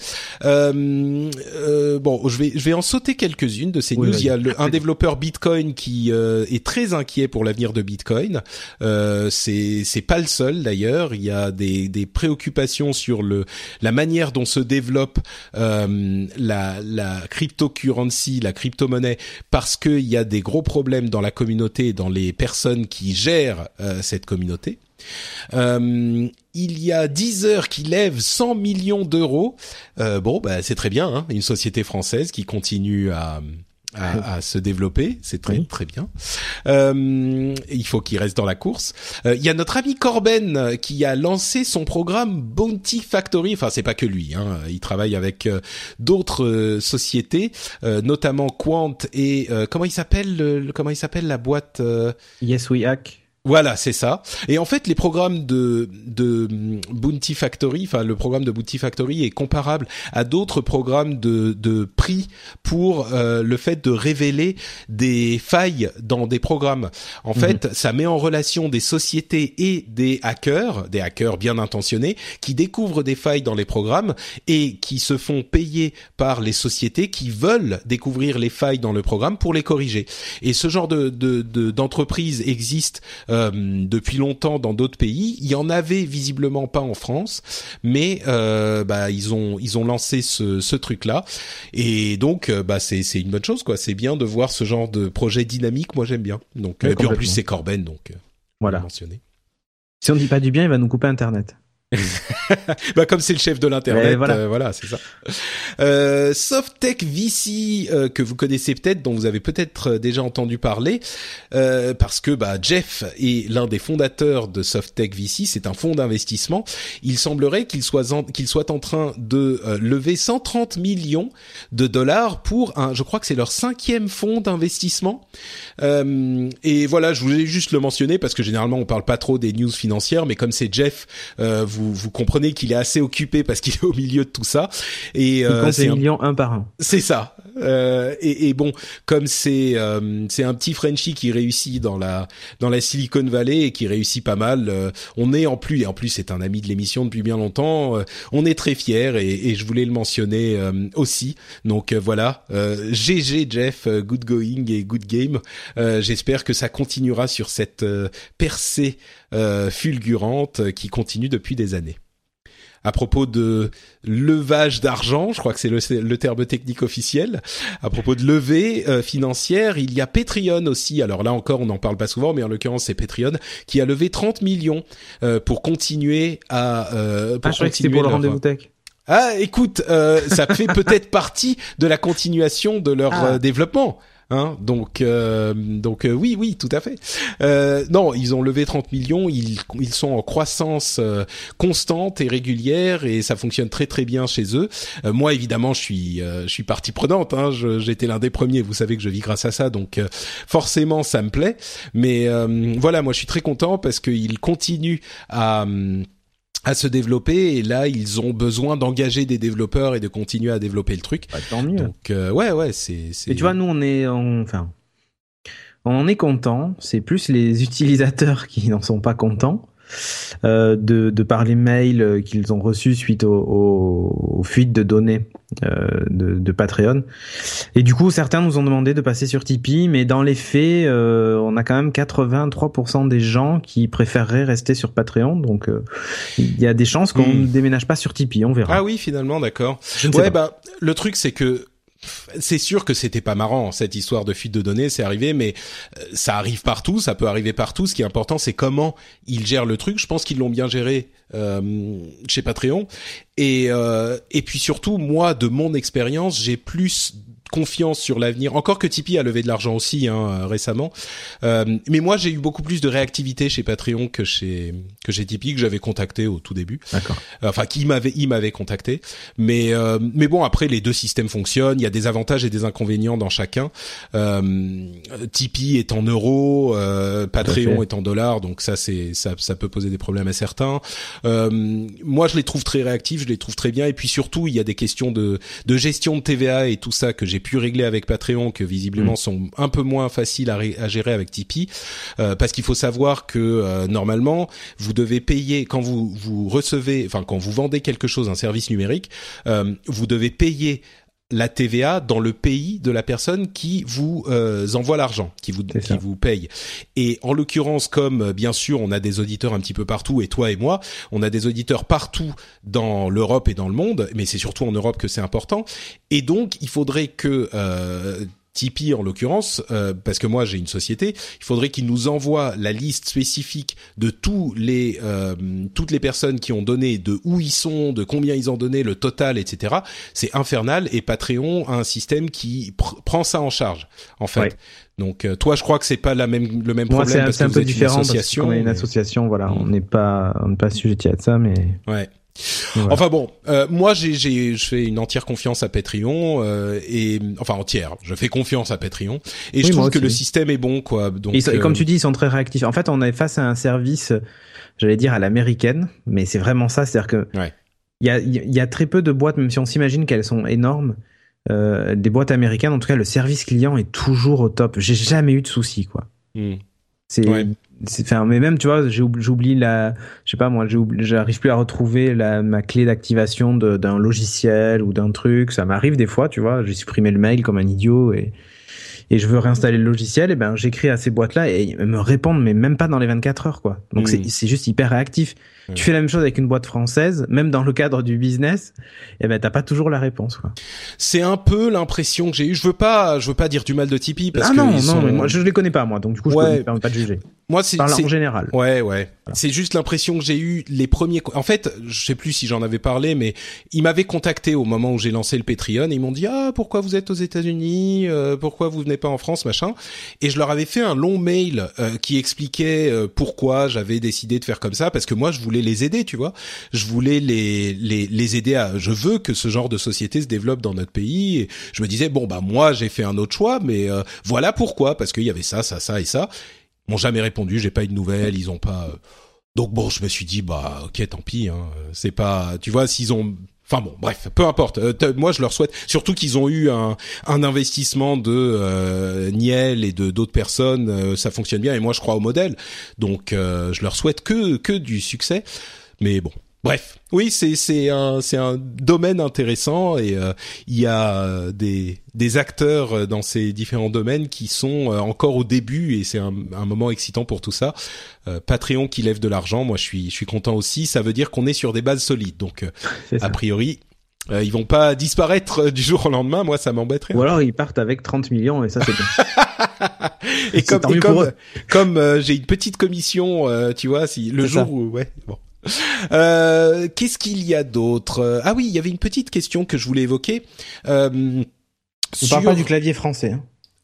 Bon, je vais en sauter quelques-unes de ces news. Il y a un développeur Bitcoin qui est très inquiet pour l'avenir de Bitcoin. C'est pas le seul d'ailleurs. Il y a des préoccupations sur la manière dont se développe la cryptocurrency, la crypto-monnaie, parce qu'il y a des gros problèmes dans la communauté, dans les personnes qui gèrent cette communauté. Il y a Deezer qui lève 100 millions d'euros. C'est très bien, hein, une société française qui continue à se développer, c'est très très bien. Il faut qu'il reste dans la course. Il y a notre ami Corben qui a lancé son programme Bounty Factory. Enfin, c'est pas que lui, hein. Il travaille avec d'autres sociétés, notamment Quant et comment il s'appelle la boîte
Yes We Hack.
Voilà, c'est ça. Et en fait, les programmes de Bounty Factory, enfin le programme de Bounty Factory est comparable à d'autres programmes de prix pour le fait de révéler des failles dans des programmes. En fait, ça met en relation des sociétés et des hackers bien intentionnés qui découvrent des failles dans les programmes et qui se font payer par les sociétés qui veulent découvrir les failles dans le programme pour les corriger. Et ce genre d'entreprise existe depuis longtemps dans d'autres pays. Il y en avait visiblement pas en France, mais ils ont lancé ce truc-là, et donc c'est une bonne chose, quoi. C'est bien de voir ce genre de projet dynamique. Moi j'aime bien. Donc et puis en plus c'est Corben, donc
voilà.
Mentionné.
Si on dit pas du bien, il va nous couper Internet.
Comme c'est le chef de l'internet,
voilà.
c'est ça. Softtech VC que vous connaissez peut-être, dont vous avez peut-être déjà entendu parler, parce que Jeff est l'un des fondateurs de Softtech VC. C'est un fonds d'investissement. Il semblerait qu'il soit en train de lever 130 millions de dollars pour je crois que c'est leur 5e fonds d'investissement. Et voilà, je voulais juste le mentionner parce que généralement on parle pas trop des news financières, mais comme c'est Jeff, vous comprenez qu'il est assez occupé parce qu'il est au milieu de tout ça. Et
il compte des millions un par un.
C'est ça. Et bon, comme c'est un petit Frenchie qui réussit dans la Silicon Valley et qui réussit pas mal, on est en plus c'est un ami de l'émission depuis bien longtemps. On est très fiers et je voulais le mentionner aussi. Donc voilà, GG Jeff, good going et good game. J'espère que ça continuera sur cette percée fulgurante qui continue depuis des années. À propos de levage d'argent, je crois que c'est le terme technique officiel. À propos de levée financière, il y a Patreon aussi. Alors là encore, on n'en parle pas souvent, mais en l'occurrence, c'est Patreon qui a levé 30 millions pour continuer à...
je croyais que c'était pour le rendez-vous tech.
Ah, écoute, ça fait peut-être partie de la continuation de leur développement. Hein, donc oui, tout à fait. Non, ils ont levé 30 millions, ils sont en croissance constante et régulière et ça fonctionne très très bien chez eux. Moi évidemment, je suis partie prenante, hein, j'étais l'un des premiers, vous savez que je vis grâce à ça, donc forcément ça me plaît. Mais voilà, moi je suis très content parce qu'ils continuent à se développer et là ils ont besoin d'engager des développeurs et de continuer à développer le truc.
Bah, tant mieux.
Donc ouais, c'est.
Et tu vois, nous on est content. C'est plus les utilisateurs qui n'en sont pas contents de par les mails qu'ils ont reçus suite aux fuites de données de Patreon. Et du coup, certains nous ont demandé de passer sur Tipeee, mais dans les faits, on a quand même 83% des gens qui préféreraient rester sur Patreon. Donc, il y a des chances qu'on ne déménage pas sur Tipeee. On verra.
Ah oui, finalement, d'accord. Ouais, bah le truc c'est que c'est sûr que c'était pas marrant cette histoire de fuite de données, c'est arrivé, mais ça arrive partout, ça peut arriver partout. Ce qui est important, c'est comment ils gèrent le truc. Je pense qu'ils l'ont bien géré chez Patreon. Et puis surtout, moi, de mon expérience, j'ai plus confiance sur l'avenir. Encore que Tipeee a levé de l'argent aussi récemment, mais moi j'ai eu beaucoup plus de réactivité chez Patreon que chez Tipeee, que j'avais contacté au tout début.
D'accord.
Enfin, il m'avait contacté. Mais bon, après les deux systèmes fonctionnent. Il y a des avantages et des inconvénients dans chacun. Tipeee est en euros, Patreon est en dollars, donc ça peut poser des problèmes à certains. Moi je les trouve très réactifs, je les trouve très bien. Et puis surtout, il y a des questions de gestion de TVA et tout ça que j'ai pu régler avec Patreon, que visiblement sont un peu moins faciles à gérer avec Tipeee, parce qu'il faut savoir que normalement vous devez payer quand vous recevez, enfin quand vous vendez quelque chose, un service numérique, vous devez payer la TVA dans le pays de la personne qui vous envoie l'argent, qui vous paye. Et en l'occurrence, comme bien sûr on a des auditeurs un petit peu partout, et toi et moi, on a des auditeurs partout dans l'Europe et dans le monde, mais c'est surtout en Europe que c'est important. Et donc il faudrait que Tipeee en l'occurrence, parce que moi j'ai une société, il faudrait qu'ils nous envoient la liste spécifique de toutes les personnes qui ont donné, de où ils sont, de combien ils ont donné, le total, etc. C'est infernal, et Patreon a un système qui prend ça en charge, en fait. Ouais. Donc toi, je crois que c'est pas le même problème.
Moi,
parce
c'est
que
un peu
êtes
différent
une association,
parce qu'on est une association, voilà, on n'est pas assujetti à ça, mais.
Ouais.
Voilà.
Enfin bon, moi je fais une entière confiance à Patreon entière. Je fais confiance à Patreon et je trouve que le système est bon, quoi. Donc
et comme tu dis, ils sont très réactifs. En fait, on est face à un service, j'allais dire à l'américaine, mais c'est vraiment ça, c'est-à-dire que il y a très peu de boîtes, même si on s'imagine qu'elles sont énormes. Des boîtes américaines, en tout cas, le service client est toujours au top. J'ai jamais eu de soucis, quoi. Mais même, tu vois, j'oublie je sais pas moi, j'arrive plus à retrouver ma clé d'activation d'un logiciel ou d'un truc. Ça m'arrive des fois, tu vois, j'ai supprimé le mail comme un idiot et je veux réinstaller le logiciel, et ben j'écris à ces boîtes-là et ils me répondent, mais même pas dans les 24 heures, quoi. Donc c'est juste hyper réactif. Tu fais la même chose avec une boîte française, même dans le cadre du business, et ben t'as pas toujours la réponse, quoi.
C'est un peu l'impression que j'ai eue. Je veux pas dire du mal de Tipeee parce que
non, mais moi je les connais pas, moi, donc du coup je me permets pas de juger.
Moi c'est
en général.
Ouais. Voilà. C'est juste l'impression que j'ai eu les premiers. En fait, je sais plus si j'en avais parlé, mais ils m'avaient contacté au moment où j'ai lancé le Patreon et ils m'ont dit pourquoi vous êtes aux États-Unis, pourquoi vous venez pas en France, machin. Et je leur avais fait un long mail qui expliquait pourquoi j'avais décidé de faire comme ça, parce que moi je voulais les aider, tu vois. Je voulais les aider je veux que ce genre de société se développe dans notre pays. Et je me disais moi j'ai fait un autre choix, mais voilà pourquoi, parce qu'il y avait ça et ça. Ils m'ont jamais répondu, j'ai pas eu de nouvelles, ils ont pas. Donc bon, je me suis dit ok, tant pis. C'est pas, tu vois, s'ils ont. Enfin bon, bref, peu importe. Moi, je leur souhaite, surtout qu'ils ont eu un investissement de Niel et de d'autres personnes. Ça fonctionne bien et moi, je crois au modèle. Donc, je leur souhaite que du succès. Mais bon, bref. Oui, c'est un domaine intéressant et il y a des acteurs dans ces différents domaines qui sont encore au début et c'est un moment excitant pour tout ça. Patreon qui lève de l'argent, moi je suis content aussi. Ça veut dire qu'on est sur des bases solides. Donc a priori, ils vont pas disparaître du jour au lendemain. Moi, ça m'embêterait.
Ou alors ils partent avec 30 millions et ça c'est bien.
et comme j'ai une petite commission, tu vois, si le jour où bon. Qu'est-ce qu'il y a d'autre? Ah oui, il y avait une petite question que je voulais évoquer.
On parle pas du clavier français. Hein.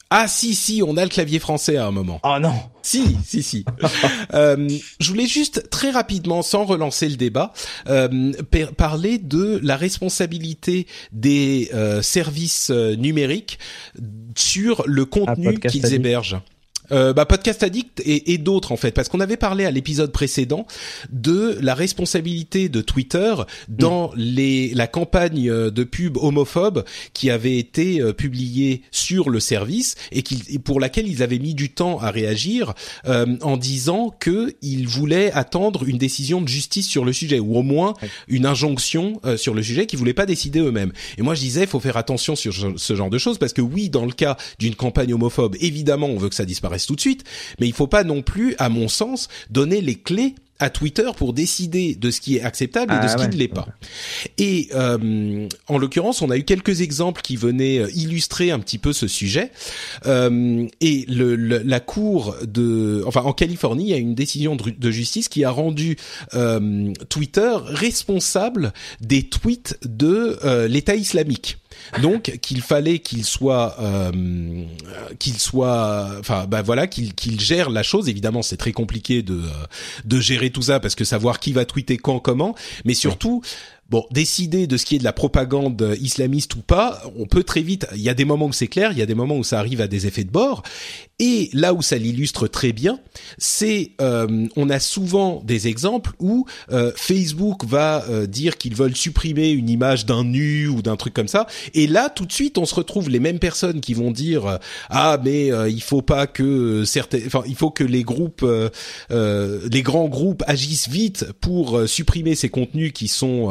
Ah si, on a le clavier français à un moment.
Oh non.
Si. Je voulais juste très rapidement, sans relancer le débat, parler de la responsabilité des services numériques sur le contenu qu'ils hébergent. Podcast Addict et d'autres en fait, parce qu'on avait parlé à l'épisode précédent de la responsabilité de Twitter dans la campagne de pub homophobe qui avait été publiée sur le service et pour laquelle ils avaient mis du temps à réagir en disant que ils voulaient attendre une décision de justice sur le sujet ou au moins une injonction sur le sujet, qu'ils voulaient pas décider eux-mêmes. Et moi je disais, il faut faire attention sur ce genre de choses parce que oui, dans le cas d'une campagne homophobe, évidemment, on veut que ça disparaisse tout de suite, mais il faut pas non plus, à mon sens, donner les clés à Twitter pour décider de ce qui est acceptable et de ce qui ne l'est pas. Et en l'occurrence, on a eu quelques exemples qui venaient illustrer un petit peu ce sujet. Et la cour en Californie, il y a une décision de justice qui a rendu Twitter responsable des tweets de l'État islamique. Donc qu'il fallait qu'il gère la chose. Évidemment, c'est très compliqué de gérer tout ça parce que savoir qui va tweeter quand, comment, mais surtout décider de ce qui est de la propagande islamiste ou pas, on peut très vite, il y a des moments où c'est clair, il y a des moments où ça arrive à des effets de bord, et là où ça l'illustre très bien, c'est, on a souvent des exemples où Facebook va dire qu'ils veulent supprimer une image d'un nu ou d'un truc comme ça, et là, tout de suite, on se retrouve les mêmes personnes qui vont dire il faut pas que il faut que les groupes, les grands groupes agissent vite pour supprimer ces contenus qui sont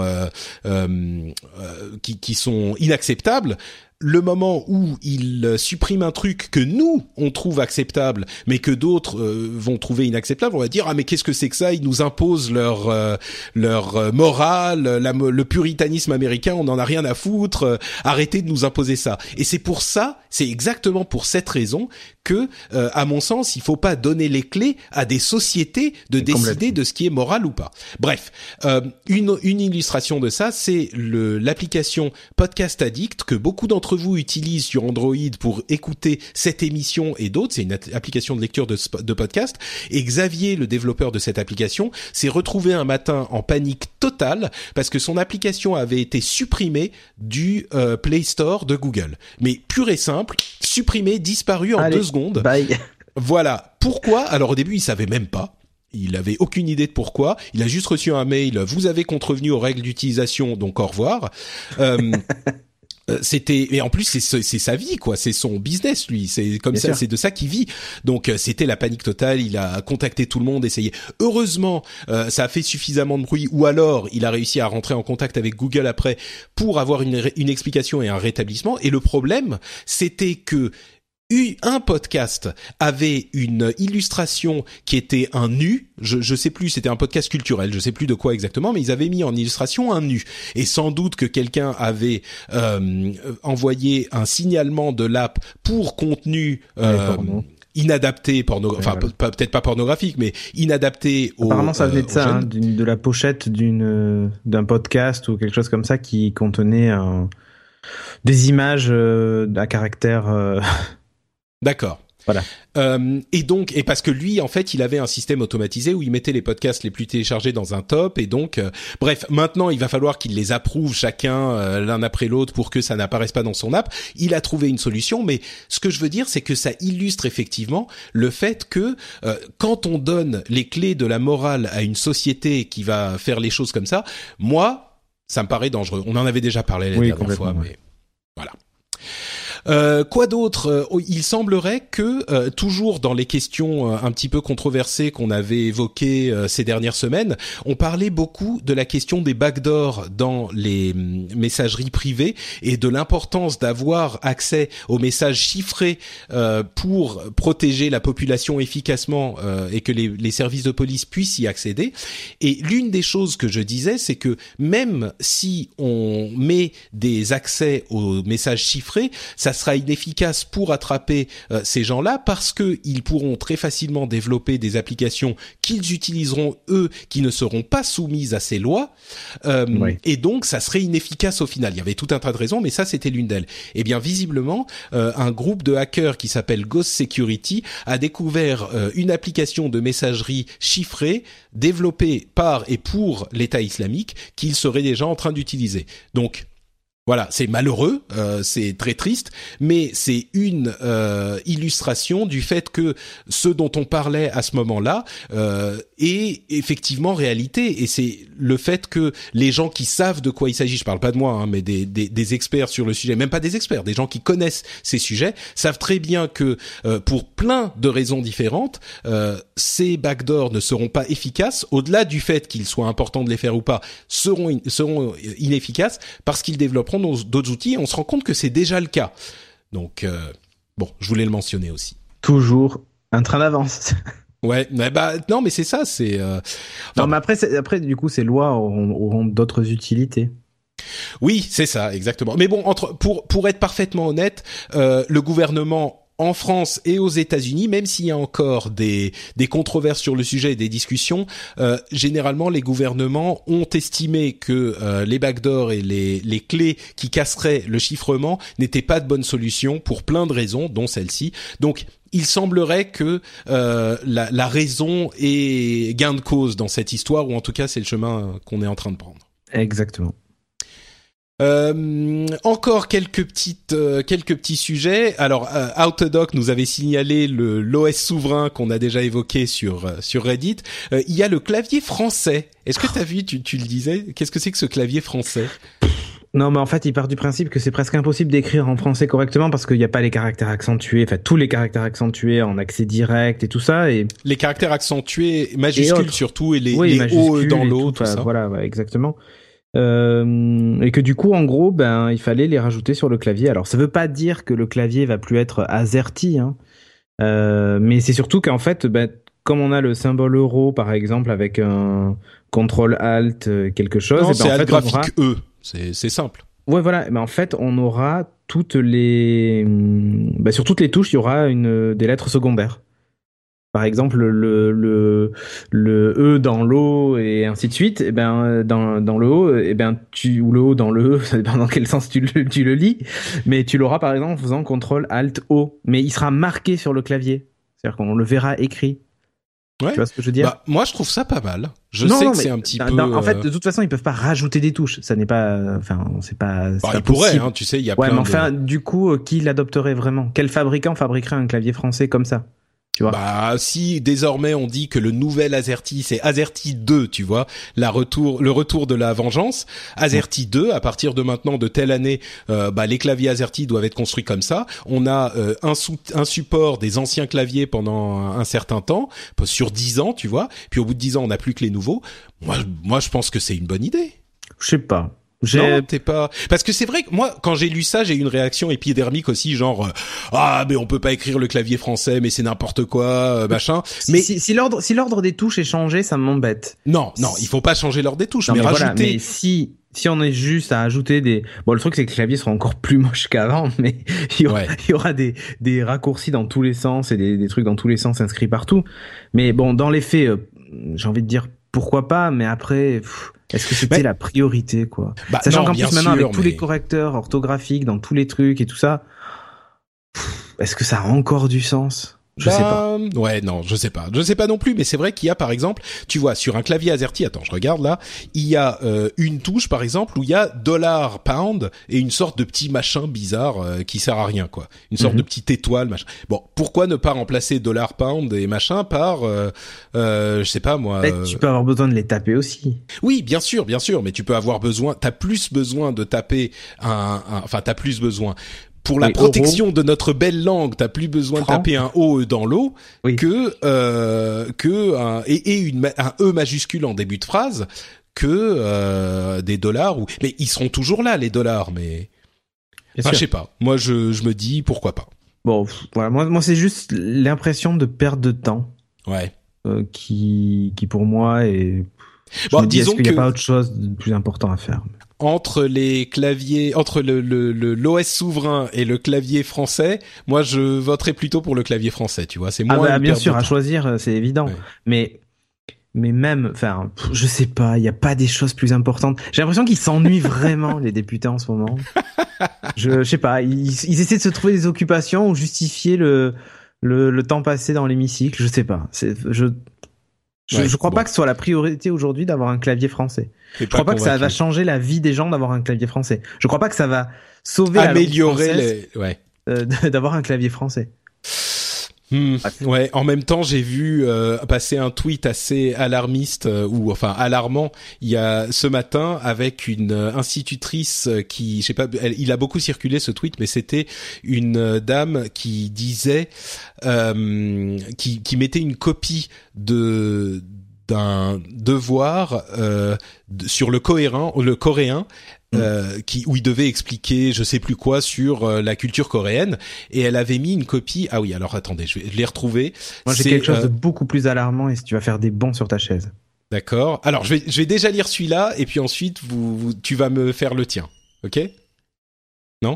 qui sont inacceptables. Le moment où ils suppriment un truc que nous on trouve acceptable, mais que d'autres vont trouver inacceptable, on va dire mais qu'est-ce que c'est que ça ? Ils nous imposent leur morale, le puritanisme américain, on en a rien à foutre. Arrêtez de nous imposer ça. Et c'est pour ça, c'est exactement pour cette raison que, à mon sens, il faut pas donner les clés à des sociétés de décider de ce qui est moral ou pas. Bref, une illustration de ça, c'est l'application Podcast Addict que beaucoup d'entre vous utilisent sur Android pour écouter cette émission et d'autres. C'est une application de lecture de podcast. Et Xavier, le développeur de cette application, s'est retrouvé un matin en panique totale parce que son application avait été supprimée du Play Store de Google. Mais pur et simple, supprimée, disparue en 2 secondes.
Bye.
Voilà. Pourquoi ? Alors au début, il savait même pas. Il avait aucune idée de pourquoi. Il a juste reçu un mail. Vous avez contrevenu aux règles d'utilisation, donc au revoir. Et en plus c'est sa vie quoi, c'est son business lui, c'est comme ça, c'est de ça qu'il vit. Donc c'était la panique totale, il a contacté tout le monde, essayé. Heureusement, ça a fait suffisamment de bruit ou alors il a réussi à rentrer en contact avec Google après pour avoir une explication et un rétablissement. Et le problème, c'était que un podcast avait une illustration qui était un nu, je sais plus, c'était un podcast culturel, je sais plus de quoi exactement, mais ils avaient mis en illustration un nu. Et sans doute que quelqu'un avait envoyé un signalement de l'app pour contenu inadapté, peut-être pas pornographique, mais inadapté au...
Apparemment, ça venait de ça, de la pochette d'un podcast ou quelque chose comme ça qui contenait des images à caractère...
D'accord.
Voilà.
Et parce que lui, en fait, il avait un système automatisé où il mettait les podcasts les plus téléchargés dans un top, et donc, bref, maintenant, il va falloir qu'il les approuve chacun l'un après l'autre pour que ça n'apparaisse pas dans son app. Il a trouvé une solution, mais ce que je veux dire, c'est que ça illustre effectivement le fait que quand on donne les clés de la morale à une société qui va faire les choses comme ça, moi, ça me paraît dangereux. On en avait déjà parlé la dernière fois, mais voilà. Quoi d'autre ? Il semblerait que, toujours dans les questions un petit peu controversées qu'on avait évoquées ces dernières semaines, on parlait beaucoup de la question des backdoors dans les messageries privées et de l'importance d'avoir accès aux messages chiffrés pour protéger la population efficacement et que les services de police puissent y accéder. Et l'une des choses que je disais, c'est que même si on met des accès aux messages chiffrés, ça sera inefficace pour attraper ces gens-là parce que ils pourront très facilement développer des applications qu'ils utiliseront eux, qui ne seront pas soumises à ces lois, et donc ça serait inefficace au final. Il y avait tout un tas de raisons, mais ça c'était l'une d'elles. Eh bien visiblement, un groupe de hackers qui s'appelle Ghost Security a découvert une application de messagerie chiffrée développée par et pour l'État islamique qu'ils seraient déjà en train d'utiliser. Donc voilà, c'est malheureux, c'est très triste, mais c'est une illustration du fait que ce dont on parlait à ce moment-là est effectivement réalité, et c'est le fait que les gens qui savent de quoi il s'agit, je parle pas de moi, hein, mais des experts sur le sujet, même pas des experts, des gens qui connaissent ces sujets, savent très bien que pour plein de raisons différentes, ces backdoors ne seront pas efficaces, au-delà du fait qu'il soit important de les faire ou pas, seront inefficaces parce qu'ils développeront d'autres outils, et on se rend compte que c'est déjà le cas. Donc, bon, je voulais le mentionner aussi.
Toujours un train d'avance.
Ouais, mais non, mais c'est ça, c'est...
non, mais après, du coup, ces lois auront d'autres utilités.
Oui, c'est ça, exactement. Mais bon, pour être parfaitement honnête, le gouvernement en France et aux États-Unis, même s'il y a encore des controverses sur le sujet et des discussions, généralement les gouvernements ont estimé que les backdoors et les clés qui casseraient le chiffrement n'étaient pas de bonne solution pour plein de raisons, dont celle-ci. Donc il semblerait que la raison ait gain de cause dans cette histoire, ou en tout cas c'est le chemin qu'on est en train de prendre.
Exactement.
Encore quelques petits sujets. Alors, Autodoc nous avait signalé l'OS souverain qu'on a déjà évoqué sur Reddit. Il y a le clavier français. Est-ce que t'as vu, tu le disais, qu'est-ce que c'est que ce clavier français?
Non, mais en fait, il part du principe que c'est presque impossible d'écrire en français correctement parce qu'il n'y a pas les caractères accentués, enfin tous les caractères accentués en accès direct et tout ça. Et
les caractères accentués majuscules surtout, et les O dans l'eau, tout ça.
Voilà, ouais, exactement. Et que du coup, en gros, il fallait les rajouter sur le clavier. Alors, ça veut pas dire que le clavier va plus être AZERTY, hein, mais c'est surtout qu'en fait, comme on a le symbole euro, par exemple, avec un CTRL-ALT quelque chose,
non, c'est
en fait,
graphique E. C'est simple.
Ouais, voilà. Mais en fait, on aura toutes les, sur toutes les touches, il y aura des lettres secondaires. Par exemple, le E dans l'O et ainsi de suite, dans le O, ou le O dans le E, ça dépend dans quel sens tu le lis, mais tu l'auras par exemple en faisant CTRL-ALT-O, mais il sera marqué sur le clavier. C'est-à-dire qu'on le verra écrit.
Ouais.
Tu vois ce que je veux dire?
Moi, je trouve ça pas mal. Je sais que c'est un petit peu...
En fait, de toute façon, ils peuvent pas rajouter des touches. Ça n'est pas... c'est pas
ils pourraient, hein, tu sais, il y a plein
mais enfin, du coup, qui l'adopterait vraiment? Quel fabricant fabriquerait un clavier français comme ça? Tu vois.
Si désormais on dit que le nouvel AZERTY c'est AZERTY 2, tu vois, le retour de la vengeance, AZERTY 2, à partir de maintenant, de telle année, les claviers AZERTY doivent être construits comme ça. On a un support des anciens claviers pendant un certain temps, sur 10 ans, tu vois. Puis au bout de 10 ans, on n'a plus que les nouveaux. Moi, je pense que c'est une bonne idée.
Je sais pas.
Non, t'es pas... Parce que c'est vrai que moi, quand j'ai lu ça, j'ai eu une réaction épidermique aussi, genre mais on peut pas écrire le clavier français, mais c'est n'importe quoi, machin. Mais
si l'ordre des touches est changé, ça m'embête.
Non, il faut pas changer l'ordre des touches, mais rajouter.
Voilà, mais si on est juste à ajouter des... Bon, le truc, c'est que les claviers seront encore plus moches qu'avant, mais il y aura des raccourcis dans tous les sens et des trucs dans tous les sens inscrits partout. Mais bon, dans les faits, j'ai envie de dire pourquoi pas, mais après... Est-ce que c'était la priorité, quoi? Sachant qu'en plus, maintenant, avec tous les correcteurs orthographiques dans tous les trucs et tout ça, est-ce que ça a encore du sens? Je sais pas.
Ouais, non, je sais pas non plus, mais c'est vrai qu'il y a, par exemple, tu vois, sur un clavier AZERTY, attends, je regarde là, il y a une touche, par exemple, où il y a $pound et une sorte de petit machin bizarre qui sert à rien, quoi. Une sorte de petite étoile, machin. Bon, pourquoi ne pas remplacer $pound et machin par, je sais pas moi.
Tu peux avoir besoin de les taper aussi.
Oui, bien sûr, mais tu peux avoir besoin, t'as plus besoin de taper t'as plus besoin. Pour la protection de notre belle langue, t'as plus besoin de taper un O dans l'eau que un E majuscule en début de phrase que des dollars mais ils seront toujours là les dollars, mais je sais pas. Moi je me dis pourquoi pas.
Bon, voilà, moi c'est juste l'impression de perte de temps.
Ouais.
Qui pour moi est... Je me dis, est-ce qu'il n'y a pas autre chose de plus important à faire?
entre les claviers, entre l'OS souverain et le clavier français, moi je voterais plutôt pour le clavier français, tu vois, c'est moins
bien sûr, à choisir, c'est évident. Ouais. Mais même, enfin, je sais pas, il y a pas des choses plus importantes. J'ai l'impression qu'ils s'ennuient vraiment, les députés en ce moment. Je sais pas, ils essaient de se trouver des occupations ou justifier le temps passé dans l'hémicycle, je sais pas. Je crois pas que ce soit la priorité aujourd'hui d'avoir un clavier français. Je crois pas que ça va changer la vie des gens d'avoir un clavier français. Je crois pas que ça va sauver
améliorer
d'avoir un clavier français.
Ouais, en même temps, j'ai vu passer un tweet assez alarmiste ou enfin alarmant il y a ce matin avec une institutrice qui, je sais pas, il a beaucoup circulé ce tweet, mais c'était une dame qui disait qui mettait une copie d'un devoir sur le coréen où il devait expliquer je sais plus quoi sur la culture coréenne, et elle avait mis une copie. Ah oui, alors attendez, je l'ai retrouvé.
Moi j'ai quelque chose de beaucoup plus alarmant, et si tu vas faire des bonds sur ta chaise.
D'accord. Alors je vais déjà lire celui-là, et puis ensuite tu vas me faire le tien. OK ? Non ?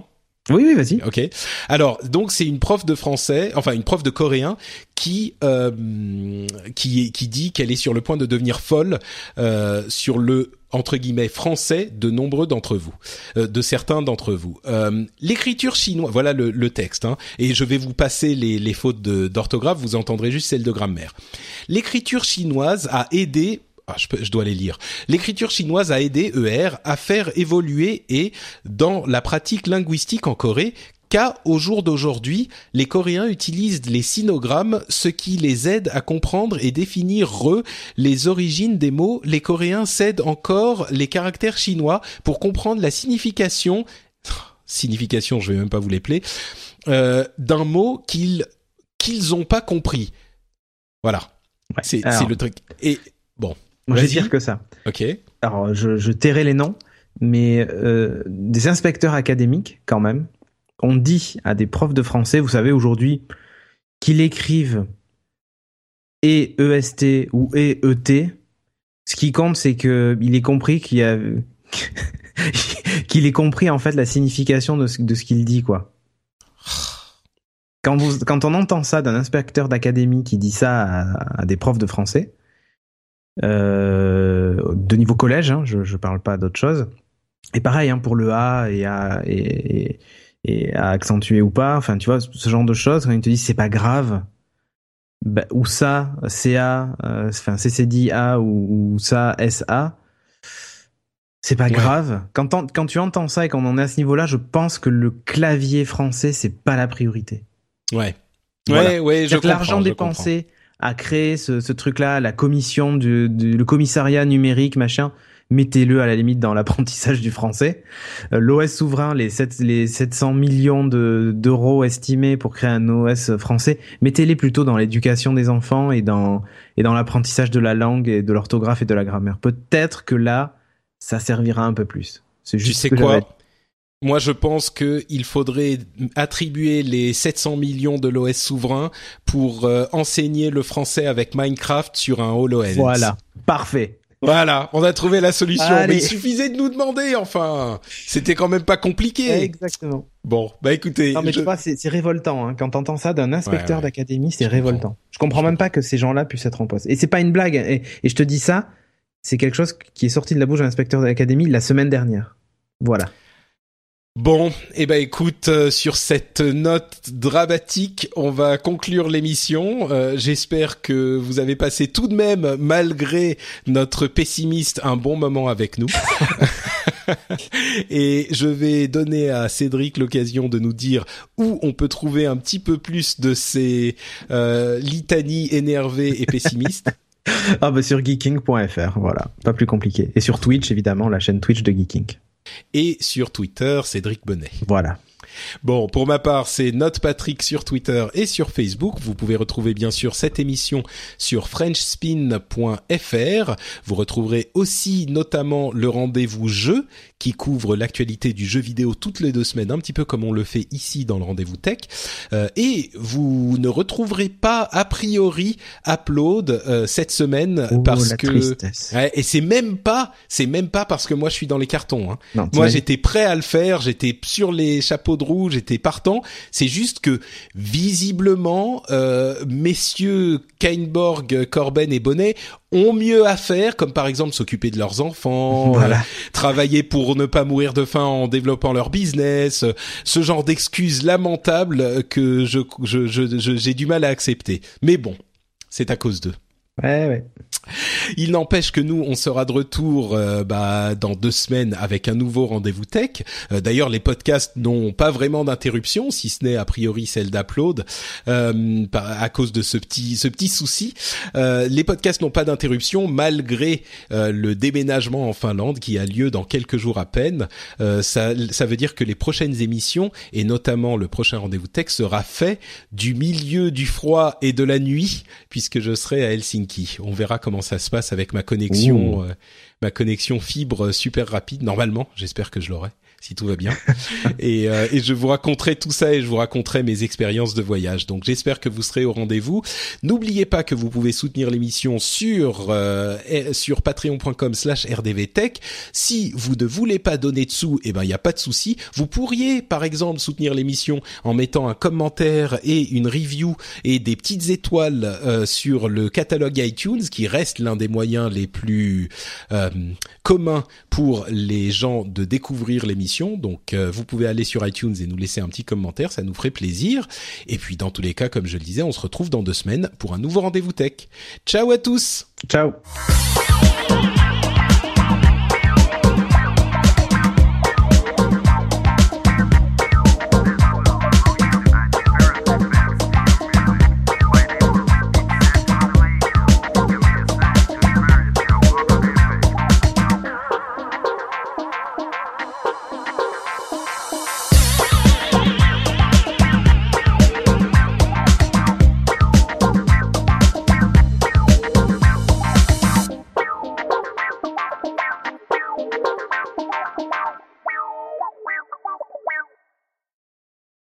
Oui, vas-y.
OK. Alors, donc c'est une prof de français, enfin une prof de coréen qui dit qu'elle est sur le point de devenir folle sur le entre guillemets français de nombreux d'entre vous, de certains d'entre vous. L'écriture chinoise, voilà le texte, hein, et je vais vous passer les fautes d'orthographe, vous entendrez juste celles de grammaire. L'écriture chinoise a aidé je dois les lire. L'écriture chinoise a aidé ER à faire évoluer et dans la pratique linguistique en Corée, qu'à au jour d'aujourd'hui, les Coréens utilisent les sinogrammes, ce qui les aide à comprendre et définir les origines des mots. Les Coréens cèdent encore les caractères chinois pour comprendre la signification, je vais même pas vous l'épeler, d'un mot qu'ils ont pas compris. Voilà. Ouais. C'est le truc. Et bon.
Moi, je vais dire que ça.
Ok.
Alors, je tairai les noms, mais des inspecteurs académiques, quand même, ont dit à des profs de français, vous savez, aujourd'hui, qu'ils écrivent EST ou EET. Ce qui compte, c'est qu'il ait compris qu'il ait compris, en fait, la signification de ce qu'il dit, quoi. Quand on entend ça d'un inspecteur d'académie qui dit ça à des profs de français, de niveau collège, hein, je parle pas d'autre chose. Et pareil, hein, pour le A et à accentuer ou pas, enfin tu vois, ce genre de choses, quand ils te disent c'est pas grave, ou ça, CA, enfin CCD A ou ça, SA, c'est pas grave. Quand tu entends ça et qu'on en est à ce niveau-là, je pense que le clavier français, c'est pas la priorité.
Ouais.
Voilà.
Ouais, je comprends.
L'argent dépensé à créer ce truc-là, la commission le commissariat numérique, machin, mettez-le à la limite dans l'apprentissage du français. L'OS souverain, les 700 millions d'euros estimés pour créer un OS français, mettez-les plutôt dans l'éducation des enfants et dans l'apprentissage de la langue et de l'orthographe et de la grammaire. Peut-être que là, ça servira un peu plus. C'est juste.
Tu sais quoi ? Moi, je pense qu'il faudrait attribuer les 700 millions de l'OS souverain pour enseigner le français avec Minecraft sur un HoloLens.
Voilà, parfait.
Voilà, on a trouvé la solution.
Allez.
Mais il suffisait de nous demander, enfin. C'était quand même pas compliqué.
Exactement.
Bon, écoutez.
Non, mais tu vois, c'est révoltant, hein. Quand t'entends ça d'un inspecteur d'académie, c'est révoltant. Je comprends même pas que ces gens-là puissent être en poste. Et c'est pas une blague. Et je te dis ça, c'est quelque chose qui est sorti de la bouche d'un inspecteur d'académie la semaine dernière. Voilà.
Bon, écoute, sur cette note dramatique, on va conclure l'émission. J'espère que vous avez passé tout de même, malgré notre pessimiste, un bon moment avec nous. Et je vais donner à Cédric l'occasion de nous dire où on peut trouver un petit peu plus de ces litanies énervées et pessimistes.
Sur geeking.fr, voilà, pas plus compliqué. Et sur Twitch, évidemment, la chaîne Twitch de Geeking.
Et sur Twitter, Cédric Bonnet.
Voilà.
Bon, pour ma part, c'est NotePatrick sur Twitter et sur Facebook. Vous pouvez retrouver bien sûr cette émission sur frenchspin.fr. Vous retrouverez aussi notamment le rendez-vous jeu qui couvre l'actualité du jeu vidéo toutes les 2 semaines, un petit peu comme on le fait ici dans le rendez-vous tech. Et vous ne retrouverez pas a priori Upload cette semaine parce que
tristesse.
Ouais, et c'est même pas parce que moi je suis dans les cartons. Hein.
Non,
moi j'étais prêt à le faire, j'étais sur les chapeaux de roue, j'étais partant. C'est juste que visiblement, messieurs Kainborg, Corben et Bonnet ont mieux à faire, comme par exemple s'occuper de leurs enfants,
voilà.
Travailler pour ne pas mourir de faim en développant leur business, ce genre d'excuses lamentables que j'ai du mal à accepter. Mais bon, c'est à cause d'eux.
Ouais.
Il n'empêche que nous, on sera de retour dans 2 semaines avec un nouveau rendez-vous tech. D'ailleurs, les podcasts n'ont pas vraiment d'interruption, si ce n'est a priori celle d'Upload, à cause de ce petit souci. Les podcasts n'ont pas d'interruption malgré le déménagement en Finlande qui a lieu dans quelques jours à peine. Ça veut dire que les prochaines émissions, et notamment le prochain rendez-vous tech, sera fait du milieu du froid et de la nuit, puisque je serai à Helsinki. On verra comment ça se passe avec ma connexion fibre super rapide. Normalement, j'espère que je l'aurai, si tout va bien. et je vous raconterai tout ça et je vous raconterai mes expériences de voyage. Donc j'espère que vous serez au rendez-vous. N'oubliez pas que vous pouvez soutenir l'émission sur patreon.com/rdvtech. Si vous ne voulez pas donner de sous, il y a pas de souci. Vous pourriez par exemple soutenir l'émission en mettant un commentaire et une review et des petites étoiles sur le catalogue iTunes, qui reste l'un des moyens les plus communs pour les gens de découvrir l'émission. Donc vous pouvez aller sur iTunes et nous laisser un petit commentaire, ça nous ferait plaisir. Et puis dans tous les cas, comme je le disais, on se retrouve dans 2 semaines pour un nouveau rendez-vous tech. Ciao à tous.
Ciao.